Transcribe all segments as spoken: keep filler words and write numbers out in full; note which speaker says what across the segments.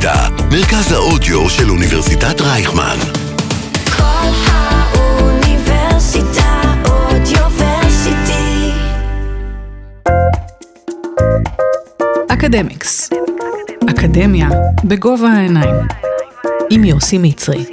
Speaker 1: האוניברסיטה, מרכז האודיו של אוניברסיטת רייכמן.
Speaker 2: כל האוניברסיטה אודיוורסיטי.
Speaker 3: אקדמיקס. אקדמיה בגובה העיניים. עם יוסי מצרי.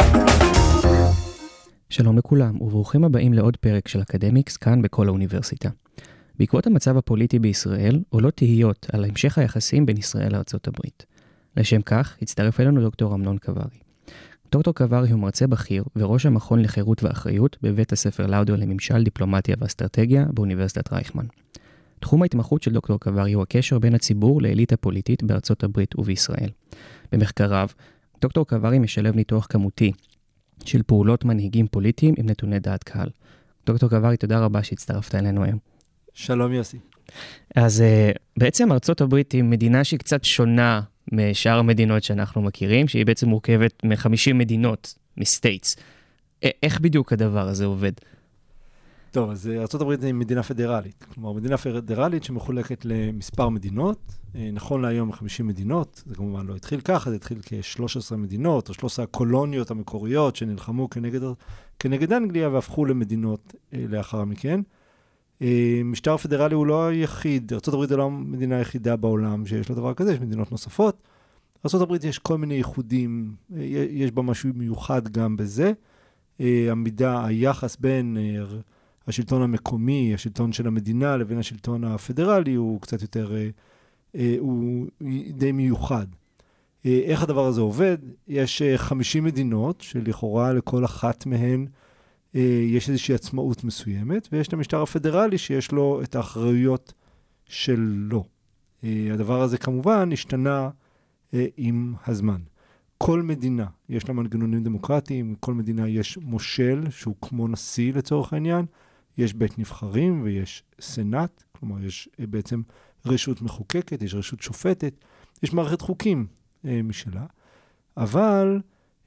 Speaker 4: שלום לכולם, וברוכים הבאים לעוד פרק של אקדמיקס כאן בכל האוניברסיטה. בעקבות המצב הפוליטי בישראל, עולות תהיות על המשך היחסים בין ישראל לארצות הברית. לשם כך, הצטרף אלינו דוקטור אמנון קווארי. דוקטור קווארי הוא מרצה בכיר וראש המכון לחירות ואחריות בבית הספר לאודר לממשל, דיפלומטיה ואסטרטגיה באוניברסיטת רייכמן. תחום ההתמחות של דוקטור קווארי הוא הקשר בין הציבור לאליטה פוליטית בארצות הברית ובישראל. במחקריו, דוקטור קווארי משלב ניתוח כמותי של פעולות מנהיגים פוליטיים עם נתוני דעת קהל. דוקטור קווארי, תודה רבה שהצטרפת אלינו היום.
Speaker 5: שלום יוסי.
Speaker 4: אז בעצם ארצות הברית היא מדינה שהיא קצת שונה משאר המדינות שאנחנו מכירים, שהיא בעצם מורכבת מ-חמישים מדינות, מסטייטס. איך בדיוק הדבר הזה עובד?
Speaker 5: טוב, אז ארצות הברית היא מדינה פדרלית. כלומר, מדינה פדרלית שמחולקת למספר מדינות. נכון להיום חמישים מדינות, זה כמובן לא התחיל ככה, זה התחיל כ-שלוש עשרה מדינות, או שלוש עשרה הקולוניות המקוריות שנלחמו כנגד, כנגד אנגליה והפכו למדינות לאחר מכן. משטר פדרלי הוא לא היחיד, ארצות הברית היא לא המדינה היחידה בעולם שיש לה דבר כזה, יש מדינות נוספות. ארצות הברית יש כל מיני ייחודים, יש בה משהו מיוחד גם בזה. המידה, היחס בין השלטון המקומי, השלטון של המדינה, לבין השלטון הפדרלי, הוא קצת יותר, הוא די מיוחד. איך הדבר הזה עובד? יש חמישים מדינות, שלכאורה לכל אחת מהן, יש איזושהי עצמאות מסוימת, ויש את המשטר הפדרלי שיש לו את האחריויות שלו. הדבר הזה כמובן השתנה עם הזמן. כל מדינה יש לה מנגנונים דמוקרטיים, כל מדינה יש מושל שהוא כמו נשיא לצורך העניין, יש בית נבחרים ויש סנאט, כלומר יש בעצם רשות מחוקקת, יש רשות שופטת, יש מערכת חוקים משלה, אבל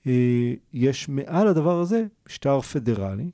Speaker 5: יש מעל הדבר הזה משטר פדרלי,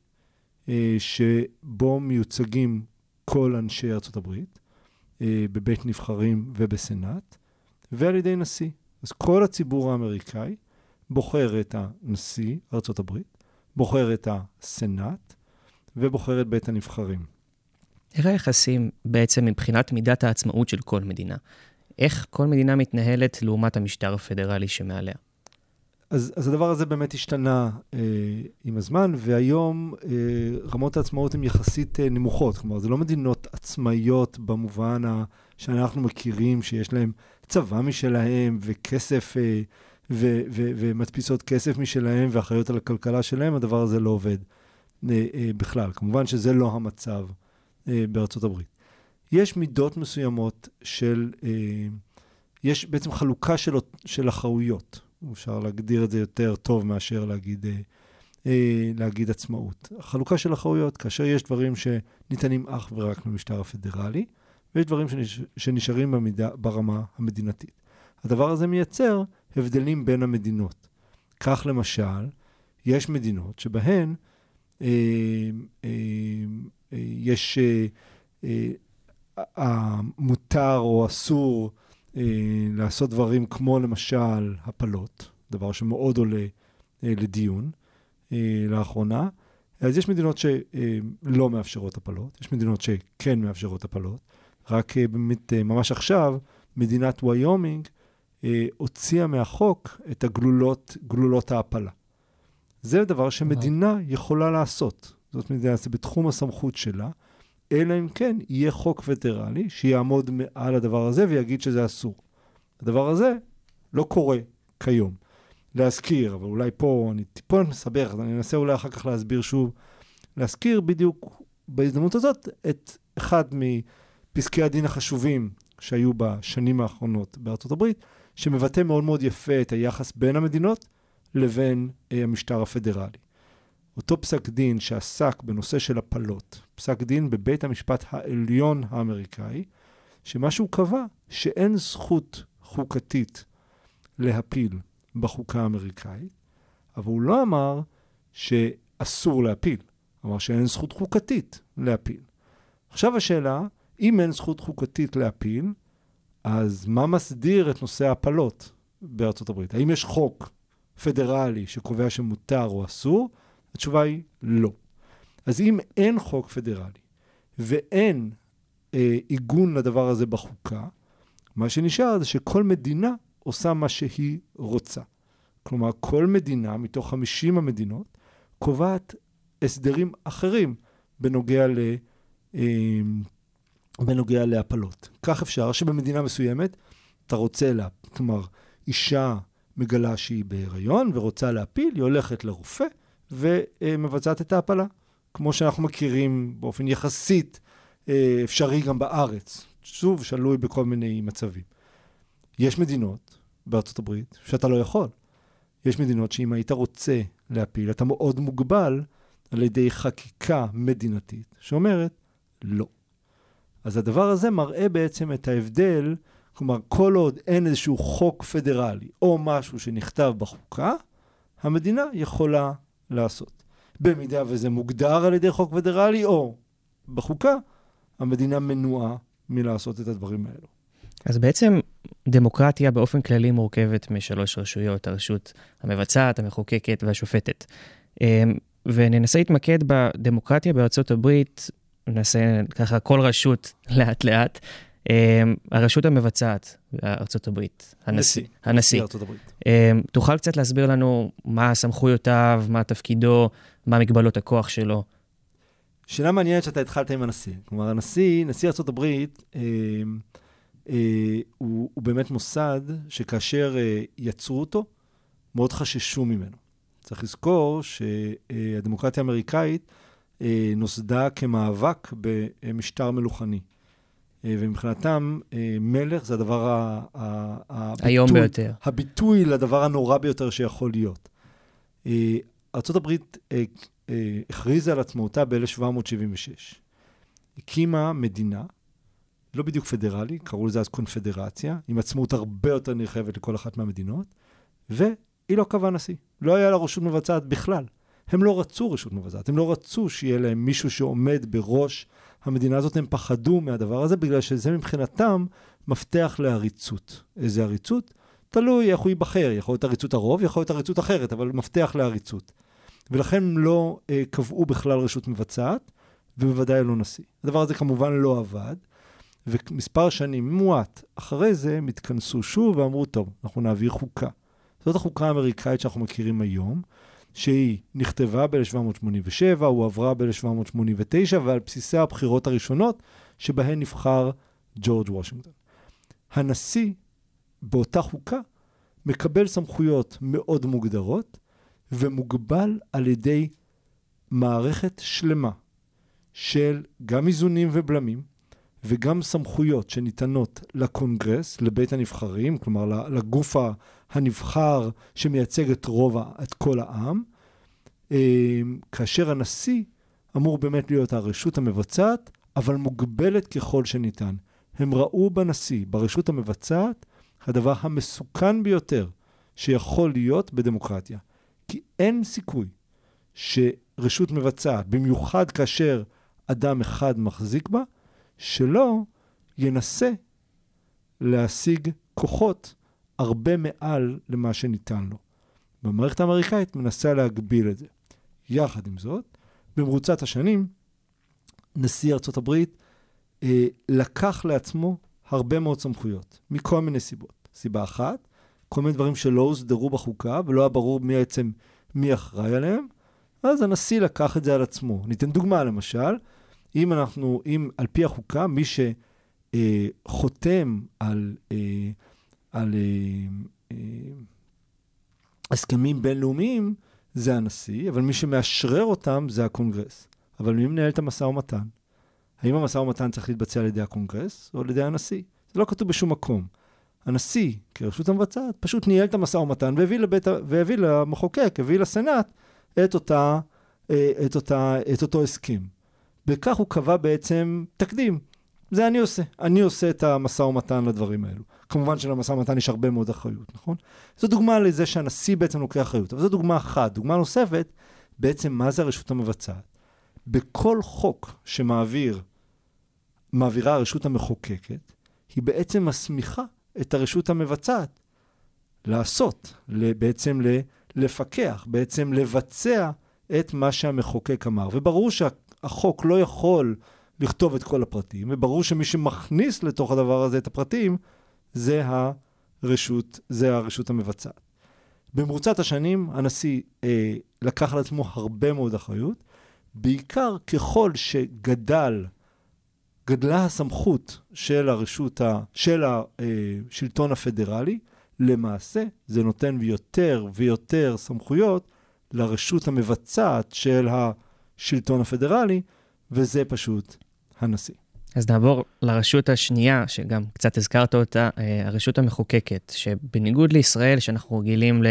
Speaker 5: שבו מיוצגים כל אנשי ארצות הברית, בבית נבחרים ובסנאט, ועל ידי נשיא. אז כל הציבור האמריקאי בוחר את הנשיא ארצות הברית, בוחר את הסנאט, ובוחר את בית הנבחרים.
Speaker 4: איך היחסים בעצם מבחינת מידת העצמאות של כל מדינה? איך כל מדינה מתנהלת לעומת המשטר הפדרלי שמעליה?
Speaker 5: אז, אז הדבר הזה באמת השתנה אה, עם הזמן, והיום אה, רמות העצמאות הן יחסית אה, נמוכות. כלומר, זה לא מדינות עצמאיות במובן ה, שאנחנו מכירים, שיש להם צבא משלהם וכסף, אה, ו, ו, ומדפיסות כסף משלהם ואחריות על הכלכלה שלהם. הדבר הזה לא עובד אה, אה, בכלל. כמובן שזה לא המצב אה, בארצות הברית. יש מידות מסוימות של, אה, יש בעצם חלוקה של, של אחריות. אפשר להגדיר את זה יותר טוב מאשר להגיד, אה, אה, להגיד עצמאות. החלוקה של אחריות, כאשר יש דברים שניתנים אך ורק למשטר הפדרלי, ויש דברים שנש, שנשארים במידה, ברמה המדינתית. הדבר הזה מייצר הבדלים בין המדינות. כך למשל, יש מדינות שבהן אה, אה, אה, יש אה, אה, המותר או אסור לעשות דברים כמו למשל הפלות, דבר שמאוד עולה לדיון לאחרונה. אז יש מדינות שלא מאפשרות הפלות, יש מדינות שכן מאפשרות הפלות. רק באמת ממש עכשיו, מדינת ויומינג הוציאה מהחוק את הגלולות, גלולות ההפלה. זה דבר שמדינה יכולה לעשות. זאת מדינה, זה בתחום הסמכות שלה, אלא אם כן יהיה חוק פדרלי שיעמוד מעל הדבר הזה ויגיד שזה אסור. הדבר הזה לא קורה כיום. להזכיר, אבל אולי פה אני טיפונת מסבך, אז אני אנסה אולי אחר כך להסביר שוב, להזכיר בדיוק בהזדמנות הזאת את אחד מפסקי הדין החשובים שהיו בשנים האחרונות בארצות הברית, שמבטא מאוד מאוד יפה את היחס בין המדינות לבין המשטר הפדרלי. אותו פסק דין שעסק בנושא של הפלות, פסק דין בבית המשפט העליון האמריקאי, שמה שהוא קבע שאין זכות חוקתית להפיל בחוקה האמריקאית, אבל הוא לא אמר שאסור להפיל, אמר שאין זכות חוקתית להפיל. עכשיו השאלה, אם אין זכות חוקתית להפיל, אז מה מסדיר את נושא ההפלות? בארצות הברית. האם יש חוק פדרלי שקובע שמותר או אסור? התשובה היא לא. אז אם אין חוק פדרלי ואין אה, עיגון לדבר הזה בחוקה, מה שנשאר זה שכל מדינה עושה מה שהיא רוצה. כלומר, כל מדינה מתוך חמישים המדינות קובעת הסדרים אחרים בנוגע ל... אה, בנוגע להפלות. כך אפשר שבמדינה מסוימת אתה רוצה לה, כלומר, אישה מגלה שהיא בהיריון ורוצה להפיל, היא הולכת לרופא ומבצעת את ההפלה. כמו שאנחנו מכירים באופן יחסית אפשרי גם בארץ. שוב, שלוי בכל מיני מצבים. יש מדינות בארצות הברית שאתה לא יכול. יש מדינות שאם היית רוצה להפיל, אתה מאוד מוגבל על ידי חקיקה מדינתית שאומרת לא. אז הדבר הזה מראה בעצם את ההבדל, כלומר, כל עוד אין איזשהו חוק פדרלי או משהו שנכתב בחוקה, המדינה יכולה לעשות. במידה וזה מוגדר על ידי חוק פדרלי או בחוקה, המדינה מנועה מלעשות את הדברים האלו.
Speaker 4: אז בעצם דמוקרטיה באופן כללי מורכבת משלוש רשויות, הרשות המבצעת, המחוקקת והשופטת. וננסה להתמקד בדמוקרטיה בארצות הברית, ננסה ככה כל רשות לאט לאט. הרשות המבצעת בארצות הברית, הנשיא. הנשיא.
Speaker 5: בארצות הברית.
Speaker 4: תוכל קצת להסביר לנו מה הסמכויותיו, מה תפקידו, מה מגבלות הכוח שלו?
Speaker 5: שאלה מעניינת שאתה התחלת עם הנשיא. כלומר, הנשיא, נשיא ארצות הברית, אה, אה, הוא, הוא באמת מוסד שכאשר אה, יצרו אותו, מאוד חששו ממנו. צריך לזכור שהדמוקרטיה האמריקאית אה, נוסדה כמאבק במשטר מלוכני. אה, ומבחינתם, אה, מלך זה הדבר ה, ה, הביטוי,
Speaker 4: היום ביותר.
Speaker 5: הביטוי לדבר הנורא ביותר שיכול להיות. אה, ארצות הברית אה, אה, הכריזה על עצמאותה ב-אלף שבע מאות שבעים ושש. הקימה מדינה, לא בדיוק פדרלי, קראו לזה אז קונפדרציה, עם עצמאות הרבה יותר נרחבת לכל אחת מהמדינות, והיא לא קבעה נשיא. לא היה לה רשות מבצעת בכלל. הם לא רצו רשות מבצעת, הם לא רצו שיהיה להם מישהו שעומד בראש המדינה הזאת, הם פחדו מהדבר הזה, בגלל שזה מבחינתם מפתח לעריצות. איזה עריצות? תלוי איך הוא ייבחר, יכול להיות עריצות הרוב, יכול להיות עריצות אחרת, אבל מפתח לעריצות. ולכן הם לא אה, קבעו בכלל רשות מבצעת, ובוודאי לא נשיא. הדבר הזה כמובן לא עבד, ומספר שנים מועט אחרי זה הם התכנסו שוב ואמרו, טוב, אנחנו נעביר חוקה. זאת החוקה האמריקאית שאנחנו מכירים היום, שהיא נכתבה ב-אלף שבע מאות שמונים ושבע, הוא עברה ב-אלף שבע מאות שמונים ותשע, ועל בסיסי הבחירות הראשונות, שבהן נבחר ג'ורג' וושינגטון. הנשיא, באותה חוקה, מקבל סמכויות מאוד מוגדרות, ומוגבל על ידי מערכת שלמה של גם איזונים ובלמים, וגם סמכויות שניתנות לקונגרס, לבית הנבחרים, כלומר לגוף הנבחר שמייצג את רוב, את כל העם, כאשר הנשיא אמור באמת להיות הרשות המבצעת, אבל מוגבלת ככל שניתן. הם ראו בנשיא, ברשות המבצעת, הדבר המסוכן ביותר שיכול להיות בדמוקרטיה. כי אין סיכוי שרשות מבצעת, במיוחד כאשר אדם אחד מחזיק בה, שלא ינסה להשיג כוחות הרבה מעל למה שניתן לו. במערכת האמריקאית מנסה להגביל את זה. יחד עם זאת, במרוצת השנים, נשיא ארצות הברית אה, לקח לעצמו הרבה מאוד סמכויות, מכל מיני סיבות. סיבה אחת, כל מיני דברים שלא הוסדרו בחוקה, ולא היה ברור מי בעצם מי אחראי עליהם, אז הנשיא לקח את זה על עצמו. ניתן דוגמה למשל, אם אנחנו, אם על פי החוקה, מי שחותם על, על הסכמים בינלאומיים, זה הנשיא, אבל מי שמאשרר אותם זה הקונגרס. אבל מי מנהל את המשא ומתן? האם המשא ומתן צריך להתבצע על ידי הקונגרס או על ידי הנשיא? זה לא כתוב בשום מקום. הנשיא, כרשות המבצעת, פשוט ניהל את המשא ומתן והביא לבית, והביא למחוקק, הביא לסנאט את אותה, את אותה, את אותו הסכם. וכך הוא קבע בעצם תקדים. זה אני עושה. אני עושה את המשא ומתן לדברים האלו. כמובן שלמשא ומתן יש הרבה מאוד אחריות, נכון? זו דוגמה לזה שהנשיא בעצם לוקח אחריות. אבל זו דוגמה אחת. דוגמה נוספת, בעצם מה זה הרשות המבצעת? בכל חוק שמעביר, מעבירה הרשות המחוקקת, היא בעצם מסמיכה את הרשות המבצעת לעשות, בעצם לפקח, בעצם לבצע את מה שהמחוקק אמר. וברור שהחוק לא יכול לכתוב את כל הפרטים, וברור שמי שמכניס לתוך הדבר הזה את הפרטים, זה הרשות, זה הרשות המבצעת. במרוצת השנים, הנשיא אה, לקח על עצמו הרבה מאוד אחריות, בעיקר ככל שגדל, גדלה הסמכות של הרשות, ה, של השלטון הפדרלי, למעשה זה נותן יותר ויותר סמכויות לרשות המבצעת של השלטון הפדרלי, וזה פשוט הנשיא.
Speaker 4: אז נעבור לרשות השנייה, שגם קצת הזכרת אותה, הרשות המחוקקת, שבניגוד לישראל, שאנחנו רגילים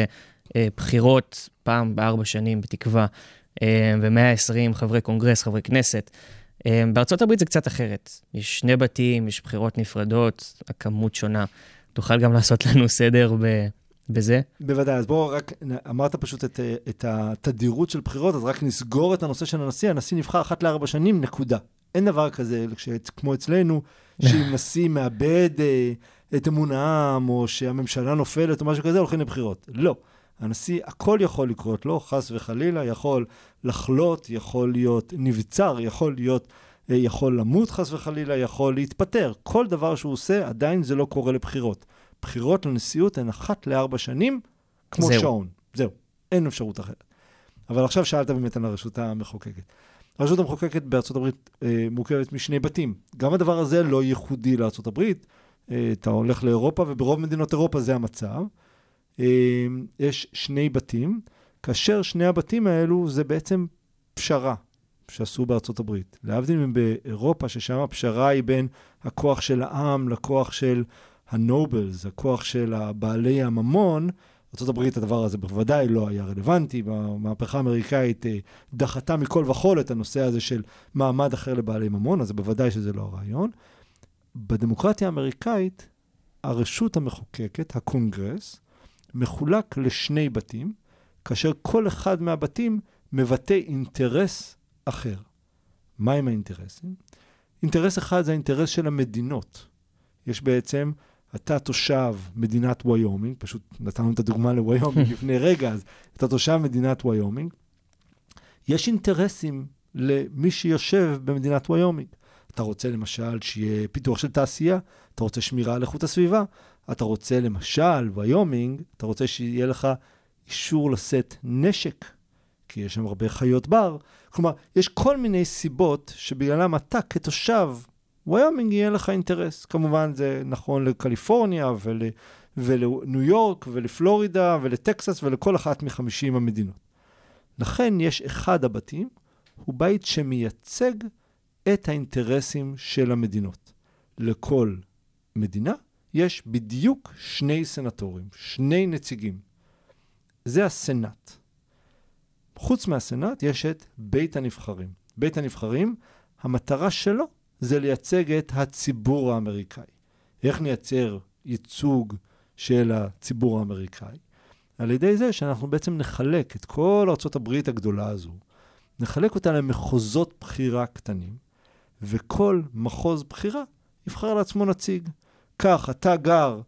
Speaker 4: לבחירות פעם בארבע שנים בתקווה, ו-מאה ועשרים חברי קונגרס, חברי כנסת, בארצות הברית זה קצת אחרת. יש שני בתים, יש בחירות נפרדות, הכמות שונה. תוכל גם לעשות לנו סדר ב... בזה?
Speaker 5: בוודאי, אז בואו רק, אמרת פשוט את, את התדירות של בחירות, אז רק נסגור את הנושא של הנשיא, הנשיא נבחר אחת לארבע שנים, נקודה. אין דבר כזה, כמו אצלנו, שאם נשיא מאבד אה, את אמון העם, או שהממשלה נופלת או משהו כזה, הולכים לבחירות. לא. הנשיא, הכל יכול לקרות לו, חס וחלילה, יכול לחלות, יכול להיות נבצר, יכול להיות, אה, יכול למות חס וחלילה, יכול להתפטר. כל דבר שהוא עושה, עדיין זה לא קורה לבחירות. בחירות לנשיאות הן אחת לארבע שנים, כמו זהו. שעון. זהו, אין אפשרות אחרת. אבל עכשיו שאלת באמת על הרשות המחוקקת. הרשות המחוקקת בארצות הברית אה, מורכבת משני בתים. גם הדבר הזה לא ייחודי לארצות הברית. אה, אתה הולך לאירופה, וברוב מדינות אירופה זה המצב. אה, יש שני בתים, כאשר שני הבתים האלו זה בעצם פשרה שעשו בארצות הברית. להבדיל באירופה, ששם הפשרה היא בין הכוח של העם לכוח של הנובלס, הכוח של בעלי הממון. ארצות הברית הדבר הזה בוודאי לא היה רלוונטי, במהפכה האמריקאית דחתה מכל וכל את הנושא הזה של מעמד אחר לבעלי ממון, אז בוודאי שזה לא הרעיון. בדמוקרטיה האמריקאית, הרשות המחוקקת, הקונגרס, מחולק לשני בתים, כאשר כל אחד מהבתים מבטא אינטרס אחר. מה הם האינטרסים? אינטרס אחד זה האינטרס של המדינות. יש בעצם, אתה תושב מדינת ויומינג, פשוט נתנו את הדוגמה לוויומינג לפני רגע, אז אתה תושב מדינת ויומינג, יש אינטרסים למי שיושב במדינת ויומינג. אתה רוצה למשל שיהיה פיתוח של תעשייה, אתה רוצה שמירה על איכות הסביבה, אתה רוצה למשל ויומינג, אתה רוצה שיהיה לך אישור לשאת נשק, כי יש שם הרבה חיות בר. כלומר, יש כל מיני סיבות שבגללם אתה כתושב ויומינג יהיה לך אינטרס. כמובן זה נכון לקליפורניה ול, ולניו יורק ולפלורידה ולטקסס ולכל אחת מחמישים המדינות. לכן יש אחד הבתים, הוא בית שמייצג את האינטרסים של המדינות. לכל מדינה יש בדיוק שני סנטורים, שני נציגים. זה הסנאט. חוץ מהסנאט יש את בית הנבחרים. בית הנבחרים, המטרה שלו זה לייצג את הציבור האמריקאי. איך נייצר ייצוג של הציבור האמריקאי? על ידי זה שאנחנו בעצם נחלק את כל ארצות הברית הגדולה הזו, נחלק אותה למחוזות בחירה קטנים, וכל מחוז בחירה יבחר לעצמו נציג. כך, אתה גר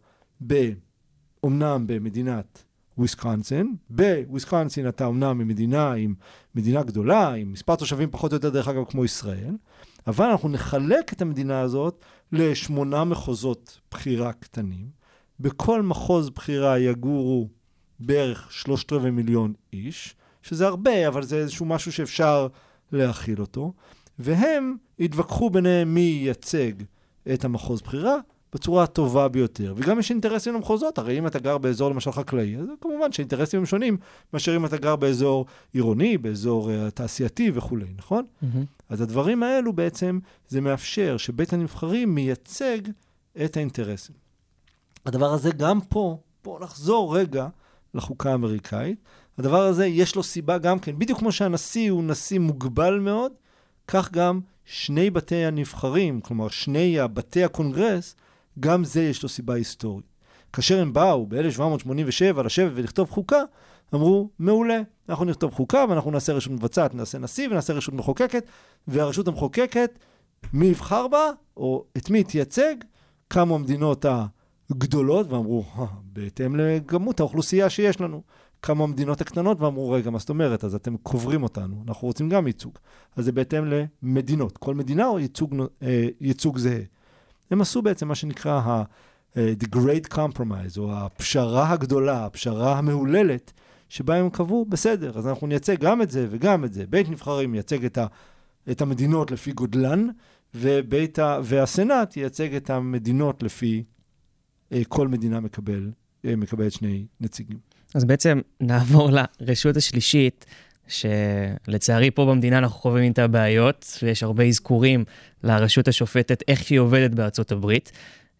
Speaker 5: אומנם במדינת וויסקונסין, בוויסקונסין אתה אומנם ממדינה עם מדינה גדולה, עם מספר תושבים פחות או יותר דרך אגב כמו ישראל, אבל אנחנו נחלק את המדינה הזאת לשמונה מחוזות בחירה קטנים. בכל מחוז בחירה יגורו בערך שלושת רבעי מיליון איש, שזה הרבה, אבל זה איזשהו משהו שאפשר להכיל אותו, והם יתווכחו ביניהם מי ייצג את המחוז בחירה בצורה הטובה ביותר. וגם יש אינטרסים למחוזות, הרי אם אתה גר באזור למשל חקלאי, אז כמובן שאינטרסים הם שונים, מאשר אם אתה גר באזור עירוני, באזור uh, תעשייתי וכו', נכון? Mm-hmm. אז הדברים האלו בעצם, זה מאפשר שבית הנבחרים מייצג את האינטרסים. הדבר הזה גם פה, פה נחזור רגע לחוקה האמריקאית, הדבר הזה יש לו סיבה גם כן, בדיוק כמו שהנשיא הוא נשיא מוגבל מאוד, כך גם שני בתי הנבחרים, כלומר שני בתי הקונגרס, גם זה יש לו סיבה היסטורית. כאשר הם באו ב-אלף שבע מאות שמונים ושבע לשבת ולכתוב חוקה, אמרו, מעולה, אנחנו נכתוב חוקה ואנחנו נעשה רשות מבצעת, נעשה נשיא ונעשה רשות מחוקקת, והרשות המחוקקת, מי יבחר בה, או את מי תייצג, כמה המדינות גדולות, ואמרו, בהתאם לגמות האוכלוסייה שיש לנו. כמה המדינות הקטנות, ואמרו, רגע, מה זאת אומרת? אז אתם קוברים אותנו, אנחנו רוצים גם ייצוג. אז זה בהתאם למדינות. כל מדינה או ייצוג, ייצוג זהה. הם עשו בעצם מה שנקרא ה- The Great Compromise, או הפשרה הגדולה, הפשרה המהוללת, שבה הם קבעו, בסדר, אז אנחנו נייצג גם את זה וגם את זה. בית נבחרים ייצג את, ה, את המדינות לפי גודלן, ובית ה, והסנאט ייצג את המדינות לפי אה, כל מדינה מקבל, אה, מקבלת שני נציגים.
Speaker 4: אז בעצם נעבור לרשות השלישית, שלצערי פה במדינה אנחנו חווים איתה בעיות, ויש הרבה אזכורים לרשות השופטת, איך היא עובדת בארצות הברית.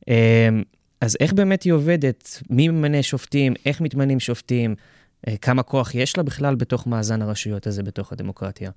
Speaker 4: אז איך באמת היא עובדת? מי ממנה שופטים? איך מתמנים שופטים? כמה כוח יש לה בכלל בתוך מאזן הרשויות הזה, בתוך הדמוקרטיה?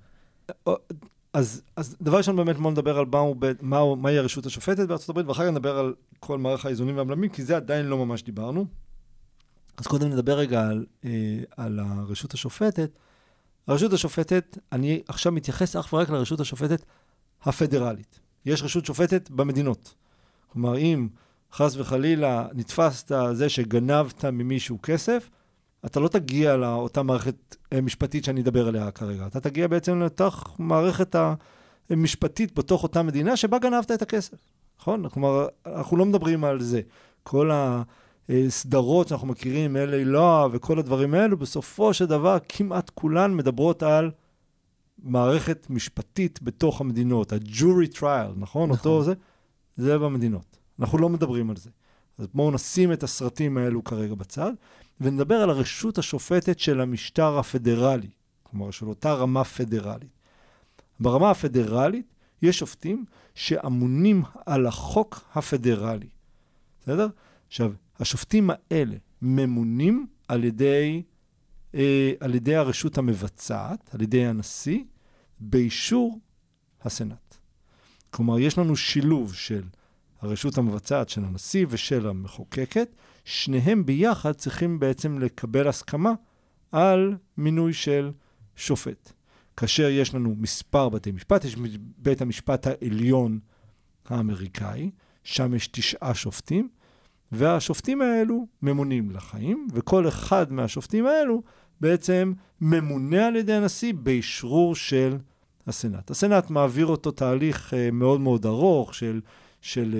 Speaker 5: אז, אז דבר ראשון באמת בוא נדבר על מה, מה, מהי הרשות השופטת בארצות הברית, ואחר כך נדבר על כל מערך האיזונים והבלמים, כי זה עדיין לא ממש דיברנו. אז קודם נדבר רגע על, על הרשות השופטת. הרשות השופטת, אני עכשיו מתייחס אך ורק לרשות השופטת הפדרלית. יש רשות שופטת במדינות. כלומר, אם חס וחלילה נתפסת זה שגנבת ממישהו כסף, אתה לא תגיע לאותה מערכת משפטית שאני אדבר עליה כרגע. אתה תגיע בעצם לתוך מערכת המשפטית בתוך אותה מדינה שבה גנבת את הכסף. נכון? כלומר, אנחנו לא מדברים על זה. כל הסדרות שאנחנו מכירים, אלה לא, וכל הדברים האלו, בסופו של דבר כמעט כולן מדברות על מערכת משפטית בתוך המדינות, ה-jury trial, נכון? נכון. אותו זה, זה במדינות. אנחנו לא מדברים על זה. אז בואו נשים את הסרטים האלו כרגע בצד, ונדבר על הרשות השופטת של המשטר הפדרלי, כלומר של אותה רמה פדרלית. ברמה הפדרלית יש שופטים שאמונים על החוק הפדרלי. בסדר? עכשיו, השופטים האלה ממונים על ידי, אה, על ידי הרשות המבצעת, על ידי הנשיא, באישור הסנאט. כלומר, יש לנו שילוב של הרשות המבצעת של הנשיא ושל המחוקקת, שניהם ביחד צריכים בעצם לקבל הסכמה על מינוי של שופט. כאשר יש לנו מספר בתי משפט, יש בית המשפט העליון האמריקאי, שם יש תשעה שופטים, והשופטים האלו ממונים לחיים, וכל אחד מהשופטים האלו בעצם ממונה על ידי הנשיא באשרור של הסנאט. הסנאט מעביר אותו תהליך מאוד מאוד ארוך של, של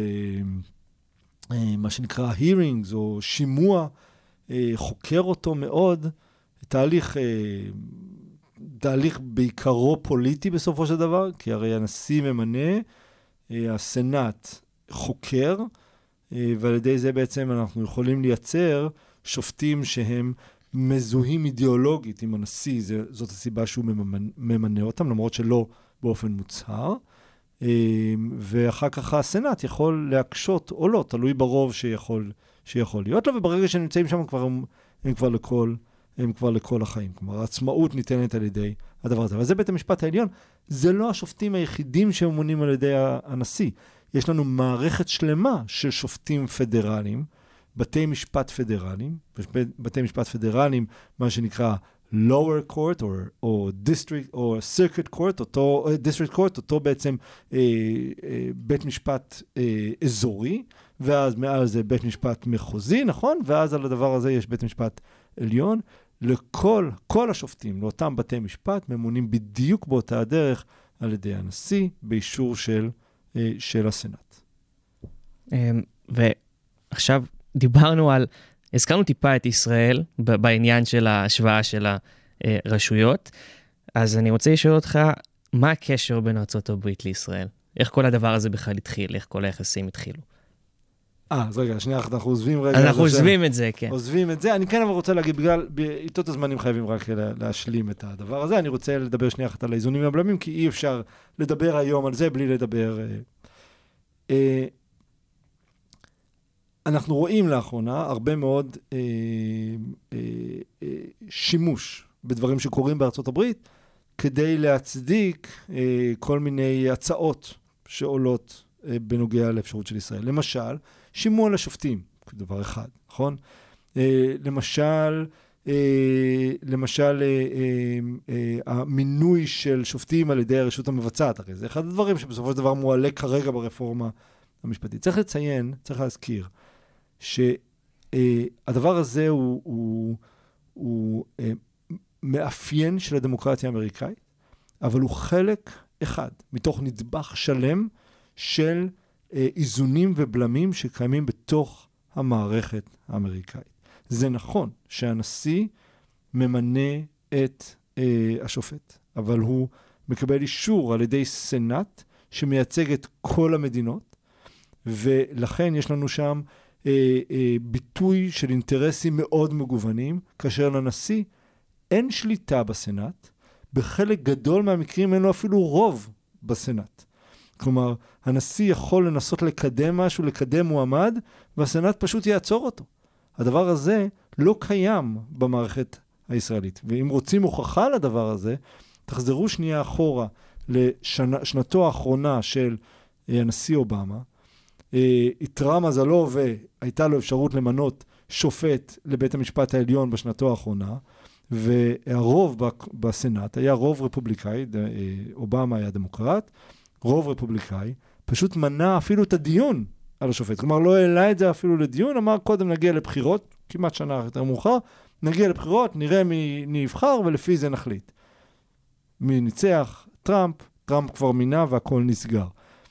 Speaker 5: מה שנקרא hearings או שימוע, חוקר אותו מאוד, תהליך, תהליך בעיקרו פוליטי בסופו של דבר, כי הרי הנשיא ממנה, הסנאט חוקר, ועל ידי זה בעצם אנחנו יכולים לייצר שופטים שהם מזוהים אידיאולוגית עם הנשיא, זאת הסיבה שהוא ממנה, ממנה אותם, למרות שלא באופן מוצהר, ואחר כך הסנאט יכול להקשות או לא, תלוי ברוב שיכול, שיכול להיות לו, וברגע שנמצאים שם כבר, הם, הם, כבר לכל, הם כבר לכל החיים. כלומר, העצמאות ניתנת על ידי הדבר הזה. וזה בית המשפט העליון. זה לא השופטים היחידים שממונים על ידי הנשיא. יש לנו מערכת שלמה של שופטים פדרליים, בתי משפט פדרליים, בתי משפט פדרליים, מה שנקרא lower court או, או district או circuit court, אותו district court, אותו בעצם אה, אה, בית משפט אה, אזורי, ואז מעל זה בית משפט מחוזי, נכון? ואז על הדבר הזה יש בית משפט עליון. לכל, כל השופטים, לאותם בתי משפט, ממונים בדיוק באותה הדרך על ידי הנשיא, באישור של, אה, של הסנאט.
Speaker 4: ועכשיו דיברנו על, הזכרנו טיפה את ישראל בעניין של ההשוואה של הרשויות, אז אני רוצה לשאול אותך, מה הקשר בין ארצות הברית לישראל? איך כל הדבר הזה בכלל התחיל? איך כל היחסים התחילו?
Speaker 5: אה, אז רגע, שנייה, אנחנו עוזבים רגע.
Speaker 4: אנחנו עוזבים את זה, כן.
Speaker 5: עוזבים את זה. אני כן אבל רוצה להגיד, בגלל, בעיתות הזמנים חייבים רק להשלים את הדבר הזה. אני רוצה לדבר שנייה אחת על האיזונים והבלמים, כי אי אפשר לדבר היום על זה בלי לדבר... אה, אנחנו רואים לאחרונה הרבה מאוד אה, אה, אה, שימוש בדברים שקורים בארצות הברית, כדי להצדיק אה, כל מיני הצעות שעולות אה, בנוגע לאפשרות של ישראל. למשל, שימוע לשופטים, כדבר אחד, נכון? אה, למשל, אה, למשל אה, אה, אה, המינוי של שופטים על ידי הרשות המבצעת, הרי זה אחד הדברים שבסופו של דבר מועלה כרגע ברפורמה המשפטית. צריך לציין, צריך להזכיר, שהדבר הזה הוא, הוא, הוא מאפיין של הדמוקרטיה האמריקאית, אבל הוא חלק אחד, מתוך נדבך שלם של איזונים ובלמים שקיימים בתוך המערכת האמריקאית. זה נכון שהנשיא ממנה את אה, השופט, אבל הוא מקבל אישור על ידי סנאט שמייצג את כל המדינות, ולכן יש לנו שם אה, אה, ביטוי של אינטרסים מאוד מגוונים, כאשר לנשיא אין שליטה בסנאט, בחלק גדול מהמקרים אין לו אפילו רוב בסנאט. כלומר, הנשיא יכול לנסות לקדם משהו, לקדם מועמד, והסנאט פשוט יעצור אותו. הדבר הזה לא קיים במערכת הישראלית. ואם רוצים הוכחה לדבר הזה, תחזרו שנייה אחורה לשנתו האחרונה של הנשיא אובמה, התרע מזלו והייתה לו אפשרות למנות שופט לבית המשפט העליון בשנתו האחרונה, והרוב בסנאט היה רוב רפובליקאי, אובמה היה דמוקרט, רוב רפובליקאי, פשוט מנע אפילו את הדיון על השופט. כלומר, לא העלה את זה אפילו לדיון, אמר קודם נגיע לבחירות, כמעט שנה יותר מאוחר, נגיע לבחירות, נראה מי נבחר ולפי זה נחליט. מי ניצח? טראמפ, טראמפ כבר מינה והכל נסגר.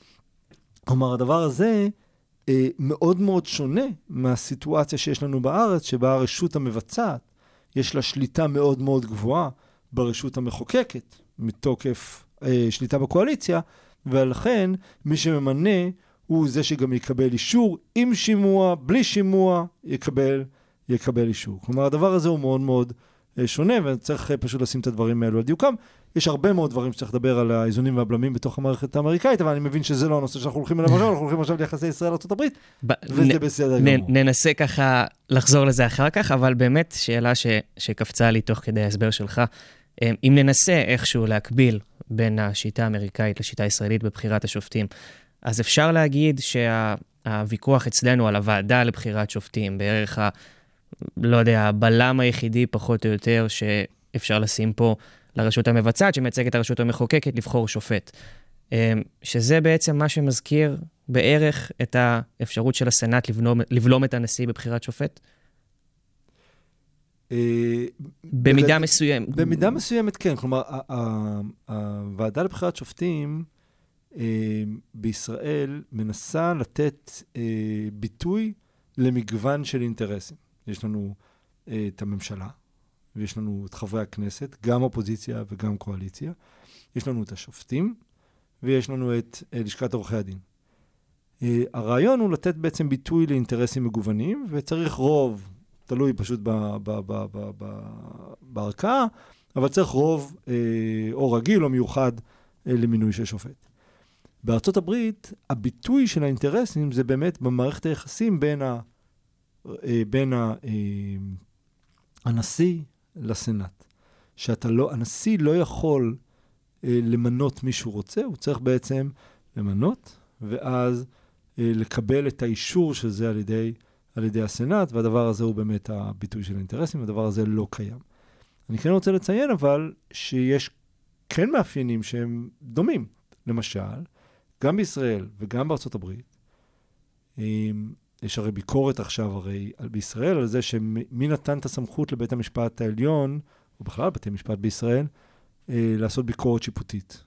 Speaker 5: כלומר, הדבר הזה אה, מאוד מאוד שונה מהסיטואציה שיש לנו בארץ, שבה הרשות המבצעת, יש לה שליטה מאוד מאוד גבוהה ברשות המחוקקת, מתוקף אה, שליטה בקואליציה, ולכן מי שממנה הוא זה שגם יקבל אישור, עם שימוע, בלי שימוע, יקבל, יקבל אישור. כלומר, הדבר הזה הוא מאוד מאוד אה, שונה, וצריך אה, פשוט לשים את הדברים האלו על דיוקם. יש הרבה מאוד דברים שצריך לדבר על האיזונים והבלמים בתוך המערכת האמריקאית, אבל אני מבין שזה לא הנושא שאנחנו הולכים אליו עכשיו, אנחנו הולכים עכשיו ליחסי ישראל לארצות הברית, וזה בסדר גמור.
Speaker 4: ננסה ככה לחזור לזה אחר כך, אבל באמת שאלה שקפצה לי תוך כדי ההסבר שלך, אם ננסה איכשהו להקביל בין השיטה האמריקאית לשיטה הישראלית בבחירת השופטים, אז אפשר להגיד שהוויכוח אצלנו על הוועדה לבחירת שופטים, בערך ה, לא יודע, הבלם היחידי פחות או יותר שאפשר לשים פה לרשות המבצעת, שמייצגת את הרשות המחוקקת לבחור שופט. שזה בעצם מה שמזכיר בערך את האפשרות של הסנאט לבלום, לבלום את הנשיא בבחירת שופט? במידה מסוימת.
Speaker 5: במידה מסוימת, כן. כלומר, הוועדה לבחירת שופטים בישראל מנסה לתת ביטוי למגוון של אינטרסים. יש לנו את הממשלה, ויש לנו את חברי הכנסת, גם אופוזיציה וגם קואליציה. יש לנו את השופטים, ויש לנו את לשכת עורכי הדין. הרעיון הוא לתת בעצם ביטוי לאינטרסים מגוונים, וצריך רוב, תלוי פשוט בערכאה, אבל צריך רוב או רגיל או מיוחד למינוי של שופט. בארצות הברית, הביטוי של האינטרסים זה באמת במערכת היחסים בין, ה, בין ה, הנשיא לסנאט. שאתה לא, הנשיא לא יכול למנות מי שהוא רוצה, הוא צריך בעצם למנות, ואז לקבל את האישור של זה על ידי, על ידי הסנאט, והדבר הזה הוא באמת הביטוי של האינטרסים, והדבר הזה לא קיים. אני כן רוצה לציין אבל שיש כן מאפיינים שהם דומים. למשל, גם בישראל וגם בארצות הברית, יש הרי ביקורת עכשיו הרי בישראל על זה שמי נתן את הסמכות לבית המשפט העליון, או בכלל בתי משפט בישראל, לעשות ביקורת שיפוטית.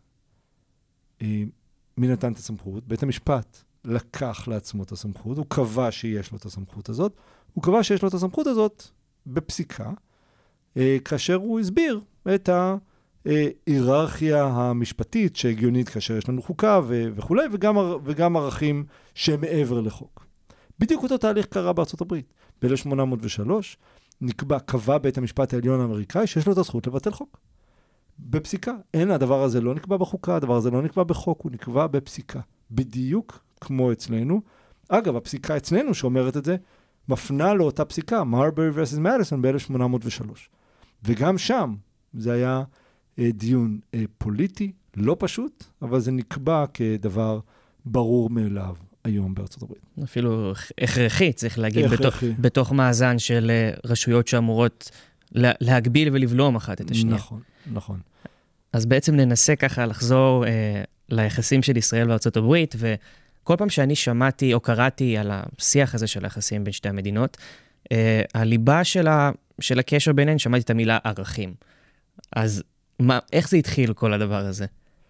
Speaker 5: מי נתן את הסמכות? בית המשפט לקח לעצמו את הסמכות, הוא קבע שיש לו את הסמכות הזאת, הוא קבע שיש לו את הסמכות הזאת בפסיקה, כאשר הוא הסביר את ההיררכיה המשפטית שהגיונית כאשר יש לנו חוקה וכו', וגם, וגם ערכים שהם מעבר לחוק. בדיוק אותו תהליך קרה בארצות הברית. ב-אלף שמונה מאות ושלוש נקבע, קבע בית המשפט העליון האמריקאי שיש לו את הזכות לבטל חוק. בפסיקה. אין, הדבר הזה לא נקבע בחוקה, הדבר הזה לא נקבע בחוק, הוא נקבע בפסיקה. בדיוק כמו אצלנו. אגב, הפסיקה אצלנו שאומרת את זה, מפנה לאותה פסיקה, מרברי versus מדיסון ב-אלף שמונה מאות ושלוש. וגם שם זה היה אה, דיון אה, פוליטי, לא פשוט, אבל זה נקבע כדבר ברור מאליו היום בארצות הברית.
Speaker 4: אפילו הכרחי, צריך להגיד, בתוך, בתוך מאזן של רשויות שאמורות להגביל ולבלום אחת את השנייה.
Speaker 5: נכון, נכון.
Speaker 4: אז בעצם ננסה ככה לחזור אה, ליחסים של ישראל וארצות הברית, כל פעם שאני שמעתי או קראתי על השיח הזה של היחסים בין שתי המדינות, אה, הליבה של, ה, של הקשר ביניהן, שמעתי את המילה ערכים. אז מה, איך זה התחיל כל הדבר הזה?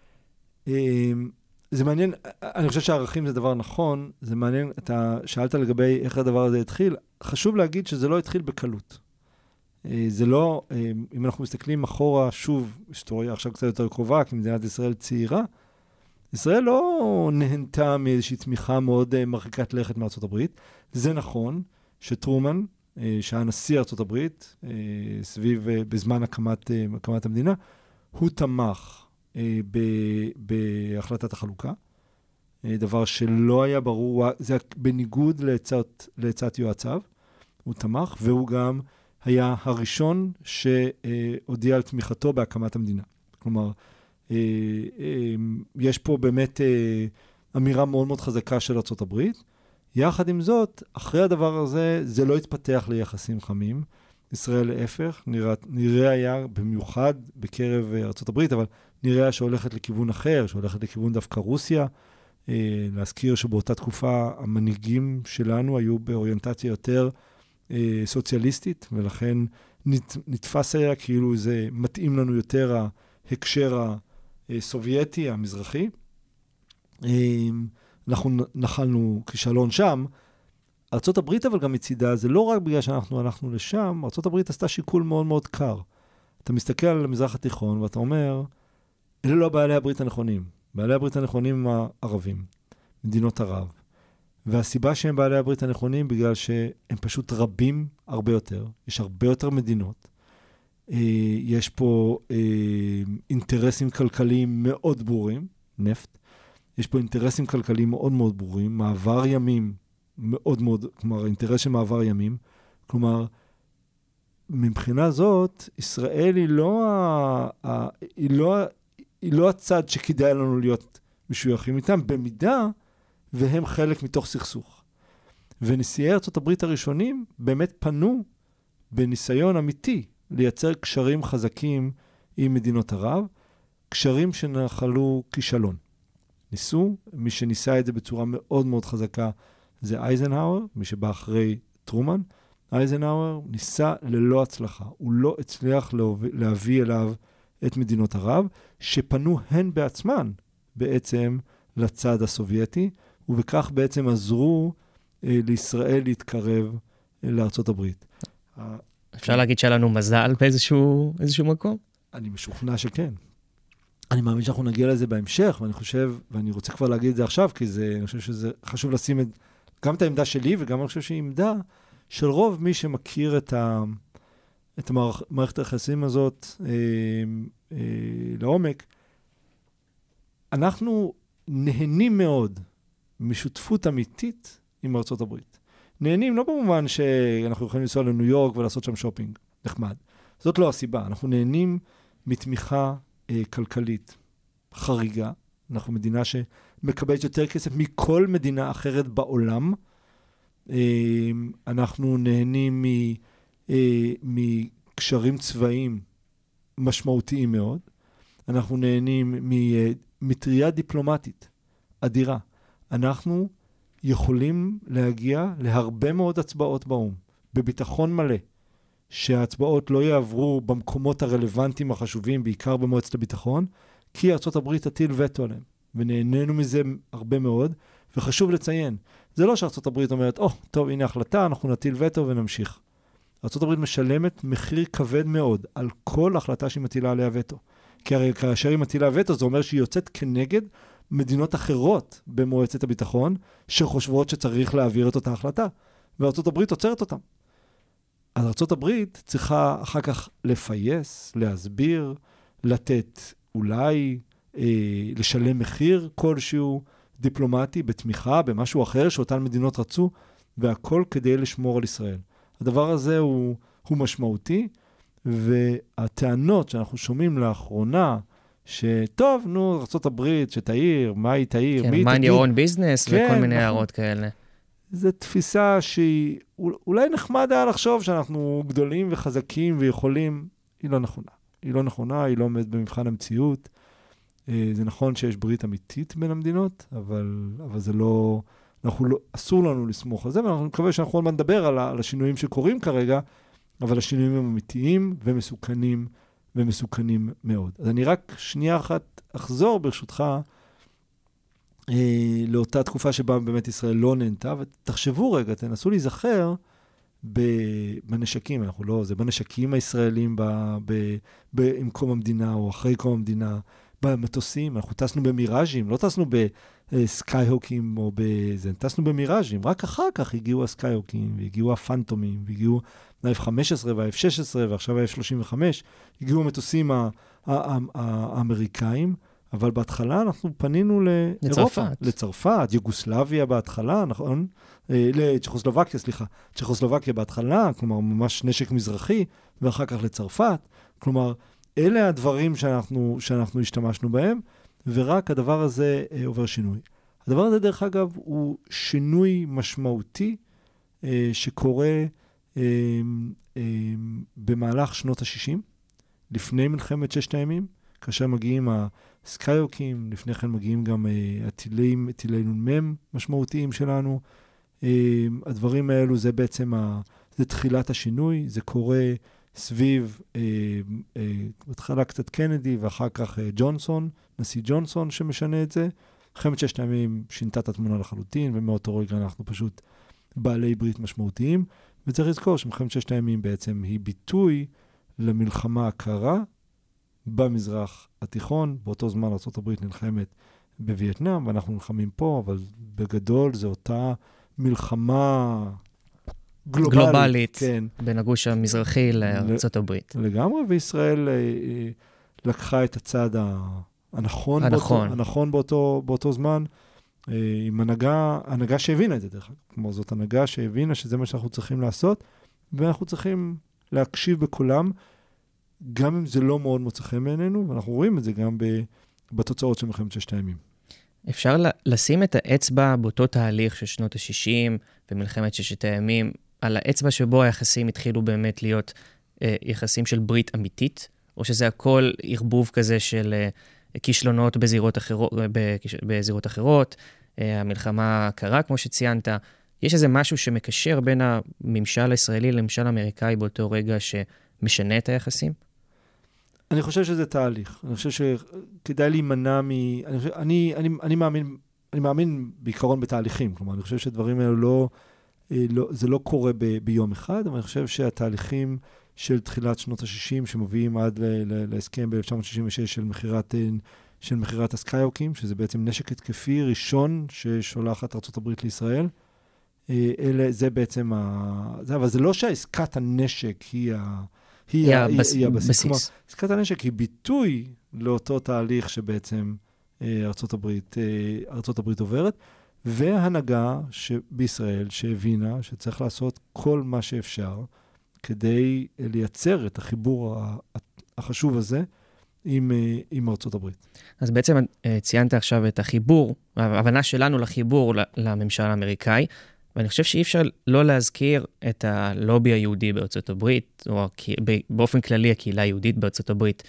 Speaker 5: זה מעניין, אני חושב שהערכים זה דבר נכון, זה מעניין, אתה שאלת לגבי איך הדבר הזה התחיל, חשוב להגיד שזה לא התחיל בקלות. זה לא, אם אנחנו מסתכלים אחורה, שוב, היסטוריה עכשיו קצת יותר קרובה, כי מדינת ישראל צעירה, ישראל לא נהנתה מאיזושהי תמיכה מאוד מרחיקת לכת מארצות הברית. זה נכון שטרומן, שהיה נשיא ארצות הברית, סביב, בזמן הקמת, הקמת המדינה, הוא תמך בהחלטת החלוקה, דבר שלא היה ברור, זה בניגוד לעצת, לעצת יועציו, הוא תמך, והוא גם היה הראשון שהודיע על תמיכתו בהקמת המדינה. כלומר, יש פה באמת אמירה מאוד מאוד חזקה של ארצות הברית. יחד עם זאת, אחרי הדבר הזה, זה לא התפתח ליחסים חמים. ישראל להפך, נראה, נראה היה במיוחד בקרב ארצות הברית, אבל נראה שהולכת לכיוון אחר, שהולכת לכיוון דווקא רוסיה. להזכיר שבאותה תקופה המנהיגים שלנו היו באוריינטציה יותר סוציאליסטית, ולכן נתפס היה כאילו זה מתאים לנו יותר ההקשר הסובייטי, המזרחי. אנחנו נחלנו כישלון שם. ארצות הברית אבל גם מצידה, זה לא רק בגלל שאנחנו הלכנו לשם, ארצות הברית עשתה שיקול מאוד מאוד קר. אתה מסתכל על המזרח התיכון ואתה אומר, אלה לא בעלי הברית הנכונים. בעלי הברית הנכונים הם הערבים, מדינות ערב. והסיבה שהם בעלי הברית הנכונים, בגלל שהם פשוט רבים הרבה יותר. יש הרבה יותר מדינות. יש פה אינטרסים כלכליים מאוד ברורים, נפט. יש פה אינטרסים כלכליים מאוד מאוד ברורים, מעבר ימים מאוד מאוד, כלומר, אינטרס של מעבר ימים. כלומר, מבחינה זאת, ישראל היא לא, ה, היא לא, היא לא הצד שכדאי לנו להיות משויכים איתם, במידה והם חלק מתוך סכסוך. ונשיאי ארצות הברית הראשונים באמת פנו בניסיון אמיתי לייצר קשרים חזקים עם מדינות ערב, קשרים שנחלו כישלון. ניסו, מי שניסה את זה בצורה מאוד מאוד חזקה זה אייזנהאואר, מי שבא אחרי טרומן. אייזנהאואר ניסה ללא הצלחה. הוא לא הצליח להביא אליו את מדינות ערב, שפנו הן בעצמן בעצם לצד הסובייטי, ובכך בעצם עזרו אה, לישראל להתקרב אה, לארצות הברית.
Speaker 4: אפשר להגיד שהיה לנו מזל באיזשהו איזשהו מקום?
Speaker 5: אני משוכנע שכן. אני מאמין שאנחנו נגיע לזה בהמשך, ואני חושב, ואני רוצה כבר להגיד את זה עכשיו, כי זה, אני חושב שזה חשוב לשים את, גם את העמדה שלי, וגם אני חושב שהיא עמדה של רוב מי שמכיר את, ה, את המערכ, מערכת היחסים הזאת אה, אה, לעומק. אנחנו נהנים מאוד משותפות אמיתית עם ארצות הברית. נהנים לא במובן שאנחנו יכולים לנסוע לניו יורק ולעשות שם שופינג, נחמד. זאת לא הסיבה. אנחנו נהנים מתמיכה אה, כלכלית חריגה. אנחנו מדינה שמקבלת יותר כסף מכל מדינה אחרת בעולם. אה, אנחנו נהנים מ, אה, מקשרים צבאיים משמעותיים מאוד. אנחנו נהנים ממטריה דיפלומטית אדירה. אנחנו יכולים להגיע להרבה מאוד הצבעות באום, בביטחון מלא, שההצבעות לא יעברו במקומות הרלוונטיים החשובים, בעיקר במועצת הביטחון, כי ארצות הברית תטיל וטו עליהם, ונהנינו מזה הרבה מאוד, וחשוב לציין, זה לא שארצות הברית אומרת, או, oh, טוב, הנה החלטה, אנחנו נטיל וטו ונמשיך. ארצות הברית משלמת מחיר כבד מאוד על כל החלטה שהיא מטילה עליה וטו. כי הרי כאשר היא מטילה וטו, זה אומר שהיא יוצאת כנגד מדינות אחרות במועצת הביטחון, שחושבות שצריך להעביר את אותה החלטה, וארצות הברית עוצרת אותם. אז ארצות הברית צריכה אחר כך לפייס, להסביר, לתת אולי, אה, לשלם מחיר כלשהו דיפלומטי, בתמיכה, במשהו אחר שאותן מדינות רצו, והכל כדי לשמור על ישראל. הדבר הזה הוא, הוא משמעותי, והטענות שאנחנו שומעים לאחרונה, שטוב, נו, ארצות הברית, שתאיר, מה היא תאיר,
Speaker 4: כן,
Speaker 5: מי
Speaker 4: mind
Speaker 5: תגיד.
Speaker 4: your own business
Speaker 5: כן,
Speaker 4: וכל מיני
Speaker 5: נכון.
Speaker 4: הערות כאלה.
Speaker 5: זו תפיסה שהיא, אולי נחמד היה לחשוב שאנחנו גדולים וחזקים ויכולים, היא לא נכונה. היא לא נכונה, היא לא עומדת במבחן המציאות. זה נכון שיש ברית אמיתית בין המדינות, אבל, אבל זה לא, אנחנו לא, אסור לנו לסמוך על זה, ואנחנו מקווה שאנחנו עוד מעט נדבר על, על השינויים שקורים כרגע, אבל השינויים הם אמיתיים ומסוכנים, ומסוכנים מאוד. אז אני רק שנייה אחת אחזור ברשותך, אה, לאותה תקופה שבה באמת ישראל לא נהנתה, ותחשבו רגע, תנסו להיזכר בנשקים, אנחנו לא, זה בנשקים הישראלים ב, ב, ב, עם קום המדינה, או אחרי קום המדינה, במטוסים, אנחנו טסנו במיראז'ים, לא טסנו בסקייהוקים או בזה, טסנו במיראז'ים, רק אחר כך הגיעו הסקייהוקים, והגיעו הפנטומים, והגיעו ה-אף חמש עשרה וה-אף שש עשרה, ועכשיו ה-אף שלושים וחמש, הגיעו המטוסים האמריקאים, אבל בהתחלה אנחנו פנינו לאירופה, לצרפת, יוגוסלביה בהתחלה, נכון? לצ'כוסלובקיה, סליחה, צ'כוסלובקיה בהתחלה, כלומר ממש נשק מזרחי, ואחר כך לצרפת, כלומר, אלה הדברים שאנחנו, שאנחנו השתמשנו בהם, ורק הדבר הזה אה, עובר שינוי. הדבר הזה, דרך אגב, הוא שינוי משמעותי אה, שקורה אה, אה, במהלך שנות ה-שישים, לפני מלחמת ששת הימים, כאשר מגיעים הסקייוקים, לפני כן מגיעים גם אה, הטילים, טילי נ"מ משמעותיים שלנו. אה, הדברים האלו זה בעצם, ה, זה תחילת השינוי, זה קורה סביב, אה, אה, בתחילה קצת קנדי, ואחר כך אה, ג'ונסון, נשיא ג'ונסון שמשנה את זה. מלחמת ששת הימים שינתה את התמונה לחלוטין, ומאותו רגע אנחנו פשוט בעלי ברית משמעותיים, וצריך לזכור שמלחמת ששת הימים בעצם היא ביטוי למלחמה הקרה במזרח התיכון. באותו זמן ארצות הברית נלחמת בווייטנאם, ואנחנו נלחמים פה, אבל בגדול זו אותה מלחמה גלובלית,
Speaker 4: גלובלית
Speaker 5: כן.
Speaker 4: בין הגוש המזרחי לארצות הברית.
Speaker 5: לגמרי, וישראל אה, אה, לקחה את הצד הנכון,
Speaker 4: הנכון.
Speaker 5: באותו, הנכון באותו, באותו זמן, אה, עם הנהגה, הנהגה שהבינה את זה דרך אגב. כלומר, זאת הנהגה שהבינה שזה מה שאנחנו צריכים לעשות, ואנחנו צריכים להקשיב בכולם, גם אם זה לא מאוד מוצא חן בעינינו, ואנחנו רואים את זה גם בתוצאות של מלחמת ששת הימים.
Speaker 4: אפשר לשים את האצבע באותו תהליך של שנות ה-שישים ומלחמת ששת הימים, על האצבע שבו היחסים התחילו באמת להיות אה, יחסים של ברית אמיתית, או שזה הכל ערבוב כזה של אה, כישלונות בזירות אחרות, בזירות אחרות, אה, המלחמה הקרה, כמו שציינת. יש איזה משהו שמקשר בין הממשל הישראלי לממשל האמריקאי באותו רגע שמשנה את היחסים?
Speaker 5: אני חושב שזה תהליך. אני חושב שכדאי להימנע מ... אני, חושב, אני, אני, אני מאמין, אני מאמין בעיקרון בתהליכים. כלומר, אני חושב שדברים האלו לא, לא, זה לא קורה ב, ביום אחד, אבל אני חושב שהתהליכים של תחילת שנות ה-שישים, שמביאים עד ל, ל, להסכם ב-אלף תשע מאות שישים ושש של מחירת, של מחירת הסקייהוקים, שזה בעצם נשק התקפי ראשון ששולחת ארצות הברית לישראל. אלה, זה בעצם ה... זה, אבל זה לא שהעסקת הנשק היא ה... היא הבסיס. כלומר, עסקת הנשק היא ביטוי לאותו תהליך שבעצם ארצות הברית, ארצות הברית עוברת, והנהגה בישראל שהבינה שצריך לעשות כל מה שאפשר כדי לייצר את החיבור החשוב הזה עם, עם ארצות הברית.
Speaker 4: אז בעצם ציינת עכשיו את החיבור, ההבנה שלנו לחיבור לממשל האמריקאי, ואני חושב שאי אפשר לא להזכיר את הלובי היהודי בארצות הברית, או באופן כללי הקהילה היהודית בארצות הברית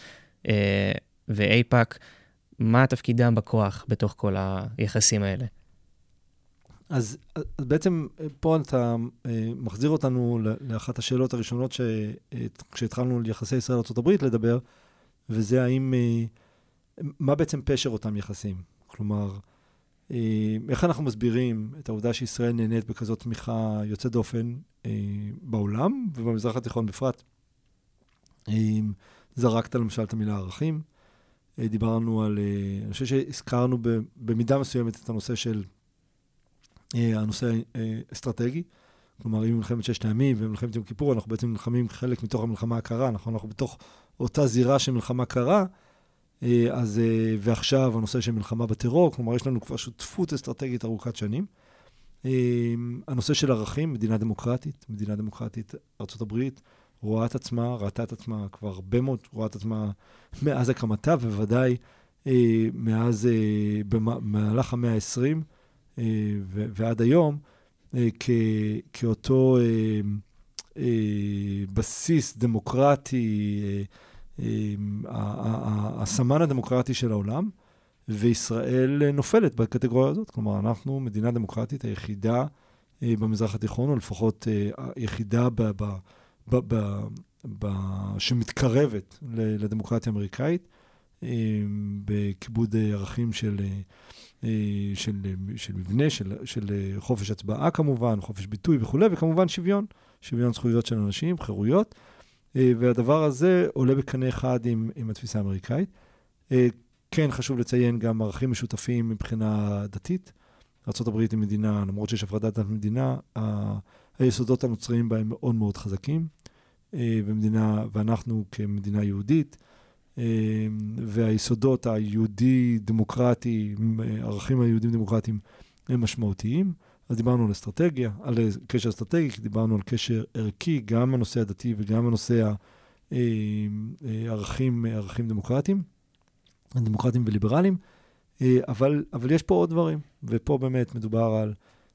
Speaker 4: ואיפאק. מה תפקידם בכוח בתוך כל היחסים האלה?
Speaker 5: אז, אז בעצם פה אתה מחזיר אותנו לאחת השאלות הראשונות ש, כשהתחלנו על יחסי ישראל לארצות הברית לדבר, וזה האם, מה בעצם פשר אותם יחסים? כלומר, איך אנחנו מסבירים את העובדה שישראל נהנית בכזאת תמיכה יוצאת דופן אה, בעולם ובמזרח התיכון בפרט? אה, זרקת למשל את המילה ערכים, אה, דיברנו על, אה, אני חושב שהזכרנו ב, במידה מסוימת את הנושא של, אה, הנושא אה, אסטרטגי, כלומר אם מלחמת ששת הימים ומלחמת יום כיפור, אנחנו בעצם נלחמים חלק מתוך המלחמה הקרה, נכון? אנחנו בתוך אותה זירה של מלחמה קרה, אז, ועכשיו הנושא של מלחמה בטרור, כלומר יש לנו כבר שותפות אסטרטגית ארוכת שנים. הנושא של ערכים, מדינה דמוקרטית, מדינה דמוקרטית, ארצות הברית, רואה את עצמה, ראתה את עצמה כבר הרבה מאוד, רואה את עצמה מאז הקמתה, ובוודאי מאז, במהלך המאה ה-עשרים ועד היום, כאותו בסיס דמוקרטי, הסמן הדמוקרטי של העולם, וישראל נופלת בקטגוריה הזאת. כלומר, אנחנו מדינה דמוקרטית היחידה במזרח התיכון, או לפחות היחידה ב, ב, ב, ב, ב, שמתקרבת לדמוקרטיה האמריקאית, בכיבוד ערכים של, של, של מבנה, של, של חופש הצבעה כמובן, חופש ביטוי וכו', וכמובן שוויון, שוויון זכויות של אנשים, חירויות, והדבר הזה עולה בקנה אחד עם, עם התפיסה האמריקאית. כן חשוב לציין גם ערכים משותפים מבחינה דתית. ארצות הברית היא מדינה, למרות שיש הפרדת דת מדינה, היסודות הנוצריים בהם מאוד מאוד חזקים, ומדינה, ואנחנו כמדינה יהודית, והיסודות היהודי-דמוקרטי, הערכים היהודים-דמוקרטיים הם משמעותיים. אז דיברנו על אסטרטגיה, על קשר אסטרטגי, דיברנו על קשר ערכי, גם הנושא הדתי וגם הנושא הערכים, ערכים דמוקרטיים, דמוקרטיים וליברליים, אבל, אבל יש פה עוד דברים, ופה באמת מדובר על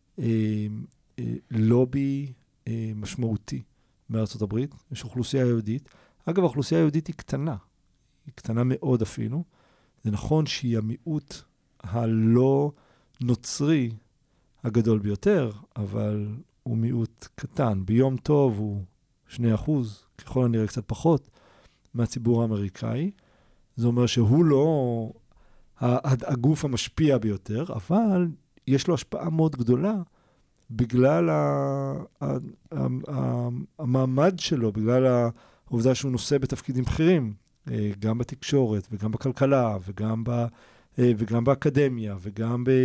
Speaker 5: לובי משמעותי מארצות הברית, יש אוכלוסייה יהודית. אגב, האוכלוסייה היהודית היא קטנה, היא קטנה מאוד אפילו. זה נכון שהיא המיעוט הלא נוצרי הגדול ביותר, אבל הוא מיעוט קטן. ביום טוב הוא שני אחוז, ככל הנראה קצת פחות, מהציבור האמריקאי. זה אומר שהוא לא הגוף המשפיע ביותר, אבל יש לו השפעה מאוד גדולה בגלל המעמד שלו, בגלל העובדה שהוא נושא בתפקידים בכירים, גם בתקשורת וגם בכלכלה וגם, ב, וגם באקדמיה וגם, ב,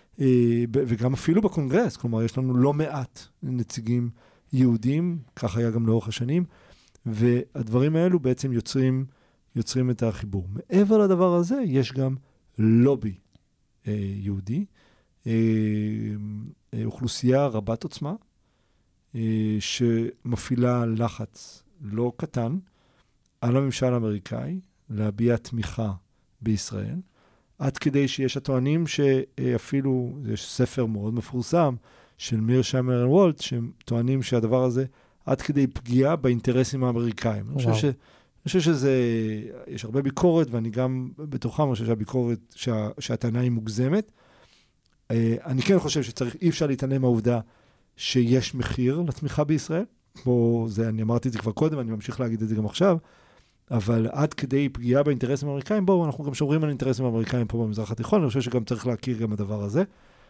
Speaker 5: וגם אפילו בקונגרס. כלומר, יש לנו לא מעט נציגים יהודים, כך היה גם לאורך השנים, והדברים האלו בעצם יוצרים, יוצרים את החיבור. מעבר לדבר הזה, יש גם לובי אה, יהודי, אה, אה, אוכלוסייה רבת עוצמה, אה, שמפעילה לחץ לא קטן על הממשל האמריקאי, להביע תמיכה בישראל, עד כדי שיש הטוענים שאפילו, יש ספר מאוד מפורסם של מיר שמר וולט, שהם טוענים שהדבר הזה עד כדי פגיעה באינטרסים האמריקאים. אני חושב ש... אני חושב שזה, יש הרבה ביקורת, ואני גם בתוכם, אני חושב שהביקורת, שה, שהטענה היא מוגזמת. אני כן חושב שצריך, אי אפשר להתעלם מהעובדה שיש מחיר לתמיכה בישראל. פה זה, אני אמרתי את זה כבר קודם, ואני ממשיך להגיד את זה גם עכשיו, אבל עד כדי פגיעה באינטרסים האמריקאים, בואו, אנחנו גם שומרים על אינטרסים האמריקאים פה במזרח התיכון, אני חושב שגם צריך להכיר גם הדבר הזה.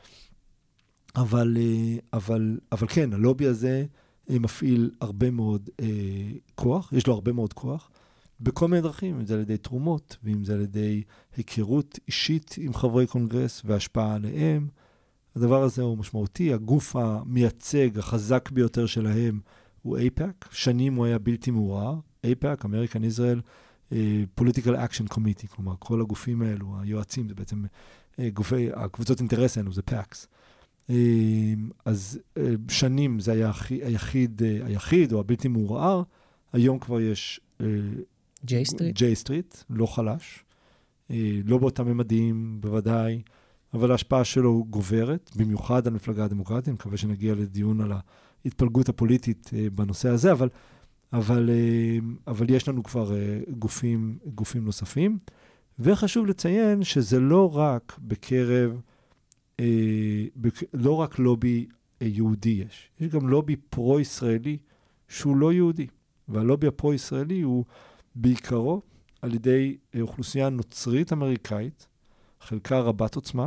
Speaker 5: אבל, אבל, אבל כן, הלובי הזה מפעיל הרבה מאוד אה, כוח, יש לו הרבה מאוד כוח, בכל מיני דרכים, אם זה על ידי תרומות, ואם זה על ידי היכרות אישית עם חברי קונגרס והשפעה עליהם. הדבר הזה הוא משמעותי. הגוף המייצג, החזק ביותר שלהם, הוא אייפאק. שנים הוא היה בלתי מעורער. אייפאק, American Israel uh, Political Action Committee, כלומר, כל הגופים האלו, היועצים, זה בעצם uh, גופי, הקבוצות אינטרס האלו, זה פאקס. Uh, אז uh, שנים זה היה היחיד, uh, היחיד או הבלתי מעורער. היום כבר יש
Speaker 4: ג'יי סטריט.
Speaker 5: ג'יי סטריט, לא חלש, לא באותם ממדים בוודאי, אבל ההשפעה שלו גוברת, במיוחד על מפלגה הדמוקרטית. אני מקווה שנגיע לדיון על ההתפלגות הפוליטית בנושא הזה, אבל, אבל, אבל יש לנו כבר גופים, גופים נוספים, וחשוב לציין שזה לא רק בקרב, לא רק לובי יהודי יש, יש גם לובי פרו-ישראלי שהוא לא יהודי, והלובי הפרו-ישראלי הוא בעיקרו על ידי אוכלוסייה נוצרית אמריקאית, חלקה רבת עוצמה,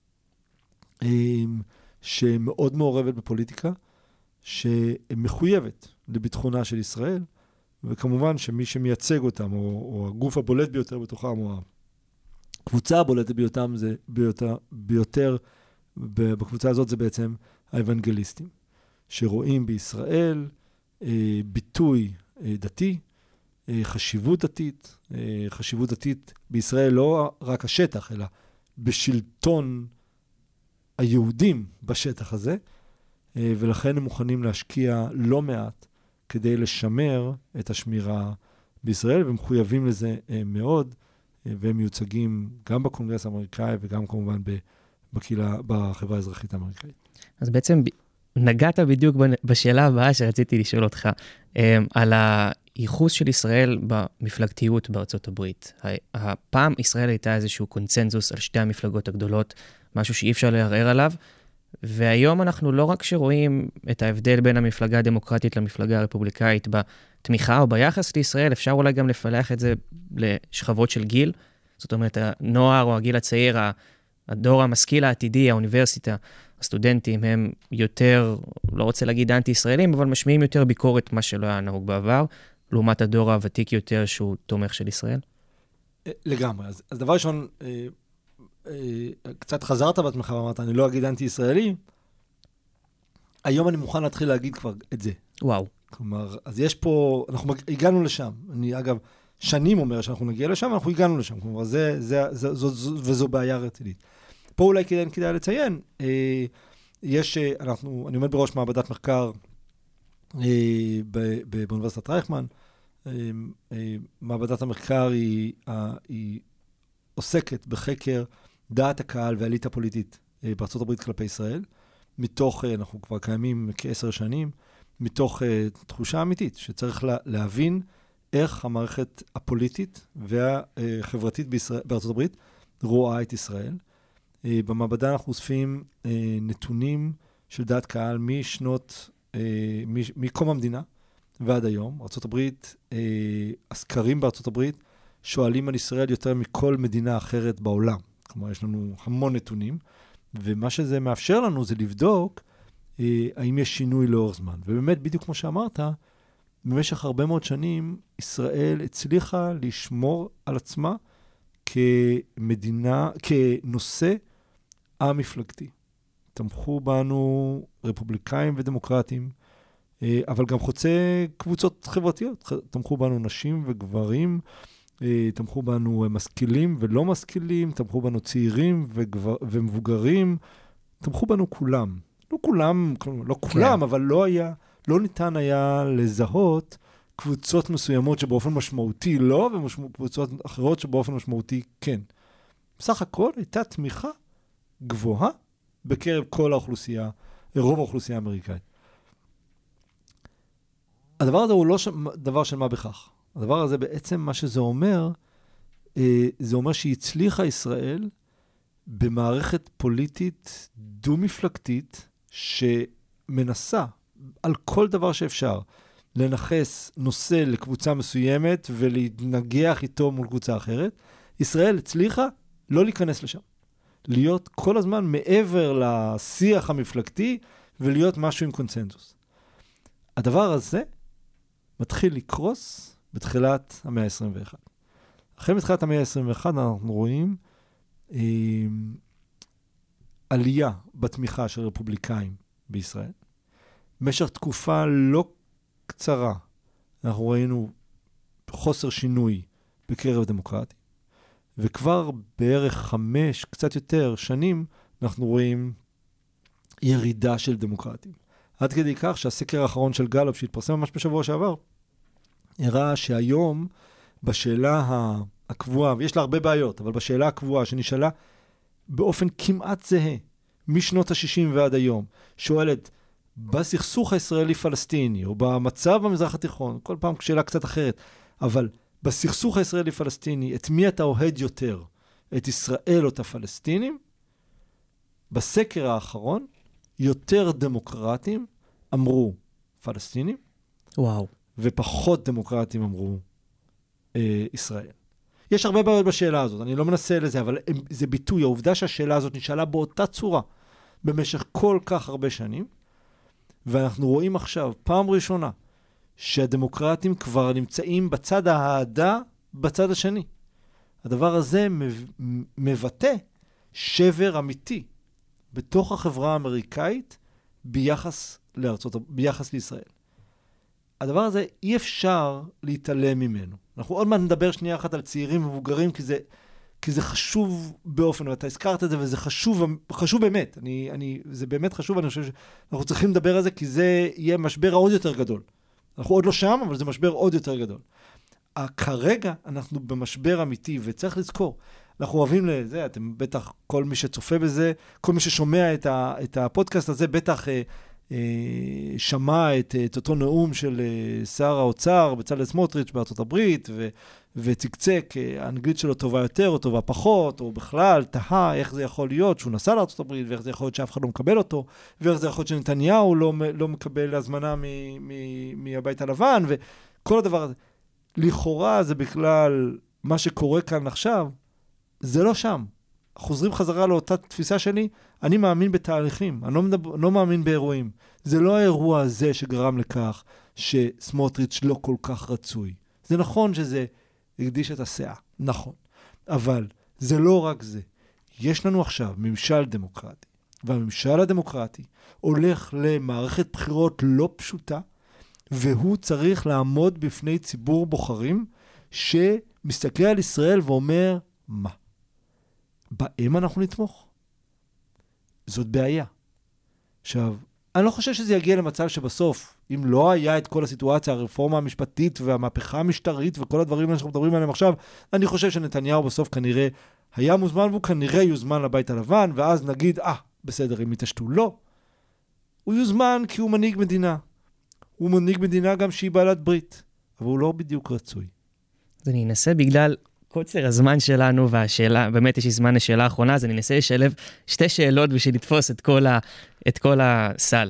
Speaker 5: שמאוד מעורבת בפוליטיקה, שמחויבת לביטחונה של ישראל, וכמובן שמי שמייצג אותם, או, או הגוף הבולט ביותר בתוכם, או הקבוצה הבולטת ביותם, זה ביותר, ביותר בקבוצה הזאת זה בעצם האבנגליסטים, שרואים בישראל ביטוי דתי, חשיבות דתית, חשיבות דתית בישראל לא רק השטח, אלא בשלטון היהודים בשטח הזה, ולכן הם מוכנים להשקיע לא מעט כדי לשמר את השמירה בישראל, ומחויבים לזה מאוד, והם מיוצגים גם בקונגרס האמריקאי וגם כמובן בקהילה, בחברה האזרחית האמריקאית.
Speaker 4: אז בעצם נגעת בדיוק בשאלה הבאה שרציתי לשאול אותך, על הייחוס של ישראל במפלגתיות בארצות הברית. הפעם ישראל הייתה איזשהו קונצנזוס על שתי המפלגות הגדולות, משהו שאי אפשר לערער עליו, והיום אנחנו לא רק שרואים את ההבדל בין המפלגה הדמוקרטית למפלגה הרפובליקאית בתמיכה או ביחס לישראל, אפשר אולי גם לפלח את זה לשכבות של גיל, זאת אומרת, הנוער או הגיל הצעיר, הדור המשכיל העתידי, האוניברסיטה, הסטודנטים הם יותר, לא רוצה להגיד אנטי-ישראלים, אבל משמיעים יותר ביקורת מה שלא היה נהוג בעבר, לעומת הדור הוותיק יותר שהוא תומך של ישראל?
Speaker 5: לגמרי. אז, אז דבר ראשון, אה, אה, קצת חזרת בעצמך ואמרת, אני לא אגיד אנטי-ישראלי, היום אני מוכן להתחיל להגיד כבר את זה.
Speaker 4: וואו.
Speaker 5: כלומר, אז יש פה, אנחנו הגענו לשם. אני אגב, שנים אומר שאנחנו נגיע לשם, אנחנו הגענו לשם. כלומר, זה, זה, זה, זו, זו, וזו בעיה רצינית. פה אולי כדאי, כדאי לציין, אה, יש, אנחנו, אני עומד בראש מעבדת מחקר אה, ב, ב, באוניברסיטת רייכמן. אה, אה, מעבדת המחקר היא, אה, היא עוסקת בחקר דעת הקהל והאליטה הפוליטית אה, בארצות הברית כלפי ישראל, מתוך, אה, אנחנו כבר קיימים כעשר שנים, מתוך אה, תחושה אמיתית שצריך לה, להבין איך המערכת הפוליטית והחברתית בישראל, בארצות הברית רואה את ישראל. במעבדה אנחנו אוספים נתונים של דעת קהל משנות, מקום המדינה ועד היום. ארצות הברית, הסקרים בארצות הברית שואלים על ישראל יותר מכל מדינה אחרת בעולם. כלומר, יש לנו המון נתונים, ומה שזה מאפשר לנו זה לבדוק האם יש שינוי לאורך זמן. ובאמת, בדיוק כמו שאמרת, במשך הרבה מאוד שנים, ישראל הצליחה לשמור על עצמה כמדינה, כנושא המפלגתי. תמכו בנו רפובליקאים ודמוקרטים, אבל גם חוצה קבוצות חברתיות. תמכו בנו נשים וגברים, תמכו בנו משכילים ולא משכילים, תמכו בנו צעירים וגבר, ומבוגרים, תמכו בנו כולם. לא כולם, לא כולם, כן. אבל לא היה, לא ניתן היה לזהות קבוצות מסוימות שבאופן משמעותי לא, וקבוצות אחרות שבאופן משמעותי כן. בסך הכל הייתה תמיכה גבוהה בקרב כל האוכלוסייה, רוב האוכלוסייה האמריקאית. הדבר הזה הוא לא ש... דבר של מה בכך. הדבר הזה בעצם מה שזה אומר, אה, זה אומר שהצליחה ישראל במערכת פוליטית דו-מפלגתית שמנסה על כל דבר שאפשר לנחס נושא לקבוצה מסוימת ולהתנגח איתו מול קבוצה אחרת. ישראל הצליחה לא להיכנס לשם. להיות כל הזמן מעבר לשיח המפלגתי ולהיות משהו עם קונצנזוס. הדבר הזה מתחיל לקרוס בתחילת המאה ה-עשרים ואחת. אחרי בתחילת המאה ה-עשרים ואחת אנחנו רואים אה, עלייה בתמיכה של רפובליקאים בישראל. במשך תקופה לא קצרה אנחנו ראינו חוסר שינוי בקרב דמוקרטי. וכבר בערך חמש, קצת יותר שנים, אנחנו רואים ירידה של דמוקרטים. עד כדי כך שהסקר האחרון של גלופ, שהתפרסם ממש בשבוע שעבר, הראה שהיום בשאלה הקבועה, ויש לה הרבה בעיות, אבל בשאלה הקבועה שנשאלה באופן כמעט זהה, משנות ה-שישים ועד היום, שואלת, בסכסוך הישראלי-פלסטיני, או במצב במזרח התיכון, כל פעם שאלה קצת אחרת, אבל בסכסוך הישראלי-פלסטיני, את מי אתה אוהד יותר? את ישראל או את הפלסטינים? בסקר האחרון, יותר דמוקרטים אמרו פלסטינים,
Speaker 4: וואו.
Speaker 5: ופחות דמוקרטים אמרו אה, ישראל. יש הרבה בעיות בשאלה הזאת, אני לא מנסה לזה, אבל זה ביטוי, העובדה שהשאלה הזאת נשאלה באותה צורה, במשך כל כך הרבה שנים, ואנחנו רואים עכשיו, פעם ראשונה, שהדמוקרטים כבר נמצאים בצד ההעדה, בצד השני. הדבר הזה מבטא שבר אמיתי בתוך החברה האמריקאית ביחס לארצות, ביחס לישראל. הדבר הזה אי אפשר להתעלם ממנו. אנחנו עוד מעט נדבר שנייה אחת על צעירים ומבוגרים, כי זה, כי זה חשוב באופן, ואתה הזכרת את זה, וזה חשוב, חשוב באמת. אני, אני, זה באמת חשוב, אני חושב שאנחנו צריכים לדבר על זה, כי זה יהיה משבר עוד יותר גדול. אנחנו עוד לא שם, אבל זה משבר עוד יותר גדול. כרגע אנחנו במשבר אמיתי, וצריך לזכור, אנחנו אוהבים לזה, אתם בטח, כל מי שצופה בזה, כל מי ששומע את, ה, את הפודקאסט הזה, בטח אה, שמע את, את אותו נאום של שר האוצר בצלאל סמוטריץ' בארצות הברית, ו, וצקצק, האנגלית שלו טובה יותר או טובה פחות, או בכלל תהה איך זה יכול להיות שהוא נסע לארצות הברית, ואיך זה יכול להיות שאף אחד לא מקבל אותו, ואיך זה יכול להיות שנתניהו לא, לא מקבל הזמנה מ, מ, מהבית הלבן, וכל הדבר הזה. לכאורה זה בכלל מה שקורה כאן עכשיו, זה לא שם. חוזרים חזרה לאותה תפיסה שלי, אני מאמין בתהליכים, אני לא, מדבר, לא מאמין באירועים. זה לא האירוע הזה שגרם לכך שסמוטריץ' לא כל כך רצוי. זה נכון שזה הקדיש את הסאה, נכון. אבל זה לא רק זה. יש לנו עכשיו ממשל דמוקרטי, והממשל הדמוקרטי הולך למערכת בחירות לא פשוטה, והוא צריך לעמוד בפני ציבור בוחרים שמסתכל על ישראל ואומר, מה? בהם אנחנו נתמוך? זאת בעיה. עכשיו, אני לא חושב שזה יגיע למצב שבסוף, אם לא היה את כל הסיטואציה, הרפורמה המשפטית והמהפכה המשטרית וכל הדברים שאנחנו מדברים עליהם עכשיו, אני חושב שנתניהו בסוף כנראה היה מוזמן, והוא כנראה יוזמן לבית הלבן, ואז נגיד, אה, בסדר, אם יתשתו. לא. הוא יוזמן כי הוא מנהיג מדינה. הוא מנהיג מדינה גם שהיא בעלת ברית, אבל הוא לא בדיוק רצוי.
Speaker 4: אז אני אנסה בגלל קוצר הזמן שלנו, והשאלה, באמת יש לי זמן לשאלה האחרונה, אז אני אנסה לשלב שתי שאלות בשביל לתפוס את כל, ה, את כל הסל.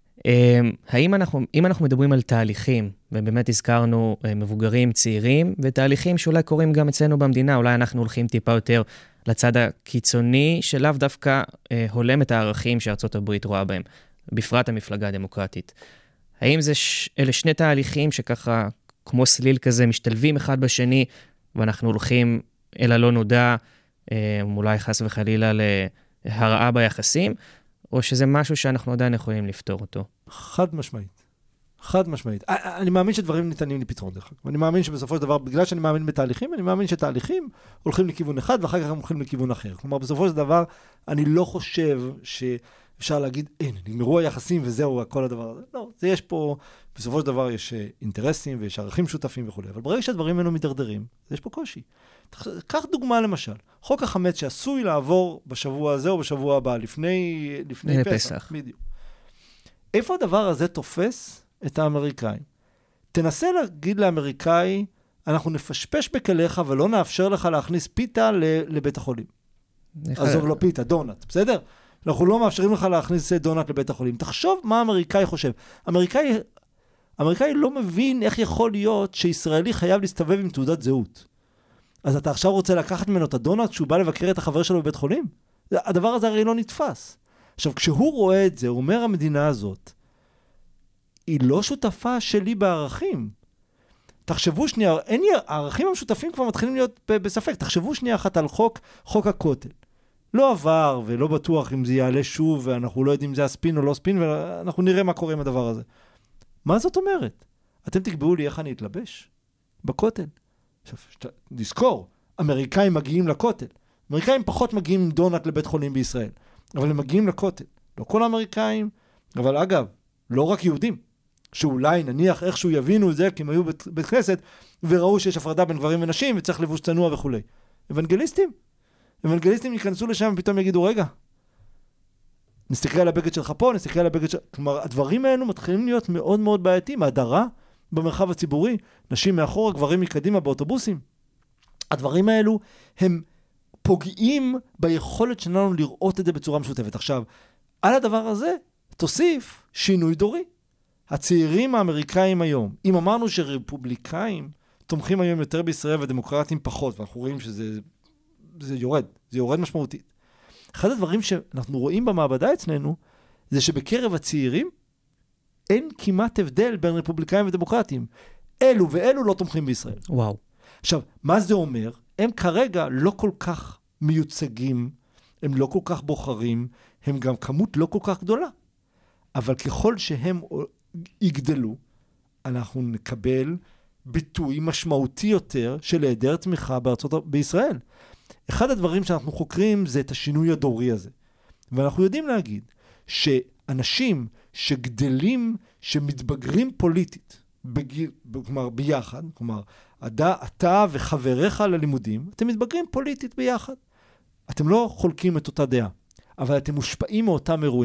Speaker 4: האם אנחנו, אם אנחנו מדברים על תהליכים, ובאמת הזכרנו מבוגרים, צעירים, ותהליכים שאולי קורים גם אצלנו במדינה, אולי אנחנו הולכים טיפה יותר לצד הקיצוני, שלאו דווקא הולם את הערכים שארצות הברית רואה בהם, בפרט המפלגה הדמוקרטית. האם זה ש... אלה שני תהליכים שככה, כמו סליל כזה, משתלבים אחד בשני, ואנחנו הולכים אל הלא נודע, אולי חס וחלילה להרעה ביחסים, או שזה משהו שאנחנו עדיין יכולים לפתור אותו?
Speaker 5: חד משמעית. חד משמעית. אני מאמין שדברים ניתנים לפתרון דרך אגב. אני מאמין שבסופו של דבר, בגלל שאני מאמין בתהליכים, אני מאמין שתהליכים הולכים לכיוון אחד, ואחר כך הם הולכים לכיוון אחר. כלומר, בסופו של דבר, אני לא חושב שאפשר להגיד, אין, נגמרו היחסים וזהו, כל הדבר הזה. לא, זה יש פה, בסופו של דבר יש אינטרסים ויש ערכים שותפים וכו'. אבל ברגע שהדברים האלו מתדרדרים, יש פה קושי. קח דוגמה למשל, חוק החמץ שעשוי לעבור בשבוע הזה או בשבוע הבא, לפני, לפני פסח. פסח. בדיוק. איפה הדבר הזה תופס את האמריקאים? תנסה להגיד לאמריקאי, אנחנו נפשפש בכליך ולא נאפשר לך להכניס פיתה לבית החולים. עזוב לא פיתה, דונט, בסדר? אנחנו לא מאפשרים לך להכניס דונט לבית החולים. תחשוב מה האמריקאי חושב. אמריקאי, אמריקאי לא מבין איך יכול להיות שישראלי חייב להסתובב עם תעודת זהות. אז אתה עכשיו רוצה לקחת ממנו את הדונט כשהוא בא לבקר את החבר שלו בבית חולים? הדבר הזה הרי לא נתפס. עכשיו, כשהוא רואה את זה, הוא אומר, המדינה הזאת, היא לא שותפה שלי בערכים. תחשבו שנייה, אין לי, הערכים המשותפים כבר מתחילים להיות בספק. תחשבו שנייה אחת על חוק, חוק הכותל. לא עבר ולא בטוח אם זה יעלה שוב, ואנחנו לא יודעים אם זה הספין או לא ספין, ואנחנו נראה מה קורה עם הדבר הזה. מה זאת אומרת? אתם תקבעו לי איך אני אתלבש בכותל. עכשיו, נזכור, אמריקאים מגיעים לכותל. אמריקאים פחות מגיעים עם דונט לבית חולים בישראל, אבל הם מגיעים לכותל. לא כל האמריקאים, אבל אגב, לא רק יהודים, שאולי נניח איכשהו יבינו את זה, כי הם היו בית, בית כנסת, וראו שיש הפרדה בין גברים ונשים, וצריך לבוש צנוע וכו'. אבנגליסטים. אבנגליסטים ייכנסו לשם ופתאום יגידו, רגע, נסתכל על הבגד שלך פה, נסתכל על הבגד שלך. כלומר, הדברים האלו מתחילים להיות מאוד מאוד בעייתיים. ההדרה במרחב הציבורי, נשים מאחורה, גברים מקדימה באוטובוסים. הדברים האלו הם פוגעים ביכולת שלנו לראות את זה בצורה משותפת. עכשיו, על הדבר הזה תוסיף שינוי דורי. הצעירים האמריקאים היום, אם אמרנו שרפובליקאים תומכים היום יותר בישראל ודמוקרטים פחות, ואנחנו רואים שזה זה יורד, זה יורד משמעותית. אחד הדברים שאנחנו רואים במעבדה אצלנו, זה שבקרב הצעירים אין כמעט הבדל בין רפובליקאים ודמוקרטים. אלו ואלו לא תומכים בישראל.
Speaker 4: וואו.
Speaker 5: עכשיו, מה זה אומר? הם כרגע לא כל כך מיוצגים, הם לא כל כך בוחרים, הם גם כמות לא כל כך גדולה. אבל ככל שהם יגדלו, אנחנו נקבל ביטוי משמעותי יותר של היעדר תמיכה בארצות בישראל. אחד הדברים שאנחנו חוקרים זה את השינוי הדורי הזה. ואנחנו יודעים להגיד שאנשים שגדלים, שמתבגרים פוליטית, בגיל, כלומר ביחד, כלומר, אתה, אתה וחבריך ללימודים, אתם מתבגרים פוליטית ביחד. אתם לא חולקים את אותה דעה, אבל אתם מושפעים מאותם אירועים.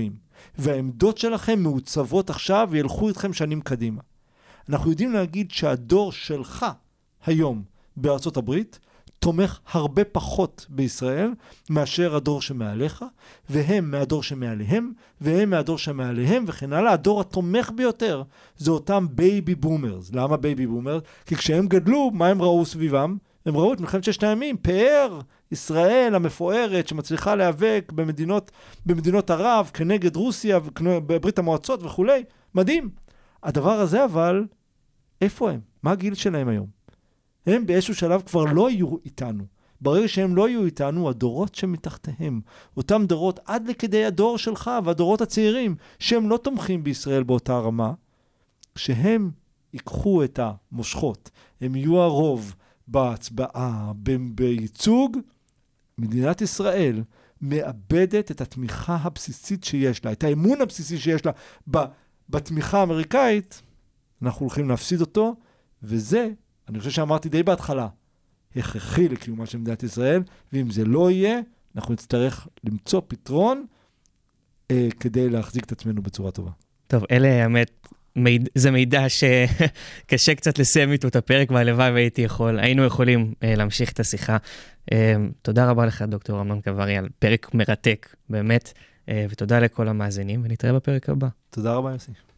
Speaker 5: והעמדות שלכם מעוצבות עכשיו וילכו איתכם שנים קדימה. אנחנו יודעים להגיד שהדור שלך היום בארצות הברית תומך הרבה פחות בישראל מאשר הדור שמעליך, והם מהדור שמעליהם, והם מהדור שמעליהם, וכן הלאה. הדור התומך ביותר זה אותם בייבי בומרס. למה בייבי בומרס? כי כשהם גדלו, מה הם ראו סביבם? הם ראו את מלחמת ששת הימים, פאר, ישראל המפוארת שמצליחה להיאבק במדינות, במדינות ערב, כנגד רוסיה, בברית המועצות וכו'. מדהים. הדבר הזה אבל, איפה הם? מה הגיל שלהם היום? הם באיזשהו שלב כבר לא יהיו איתנו. ברגע שהם לא יהיו איתנו, הדורות שמתחתיהם, אותם דורות עד לכדי הדור שלך והדורות הצעירים, שהם לא תומכים בישראל באותה רמה, שהם ייקחו את המושכות, הם יהיו הרוב בהצבעה, בייצוג, מדינת ישראל מאבדת את התמיכה הבסיסית שיש לה, את האמון הבסיסי שיש לה בתמיכה האמריקאית, אנחנו הולכים להפסיד אותו, וזה, אני חושב שאמרתי די בהתחלה, הכרחי לקיומה של מדינת ישראל, ואם זה לא יהיה, אנחנו נצטרך למצוא פתרון אה, כדי להחזיק את עצמנו בצורה טובה.
Speaker 4: טוב, אלה האמת, מיד, זה מידע שקשה קצת לסיים איתו את הפרק, והלוואי והייתי יכול, היינו יכולים אה, להמשיך את השיחה. אה, תודה רבה לך, דוקטור אמנון קברי, על פרק מרתק, באמת, אה, ותודה לכל המאזינים, ונתראה בפרק הבא.
Speaker 5: תודה רבה, יוסי.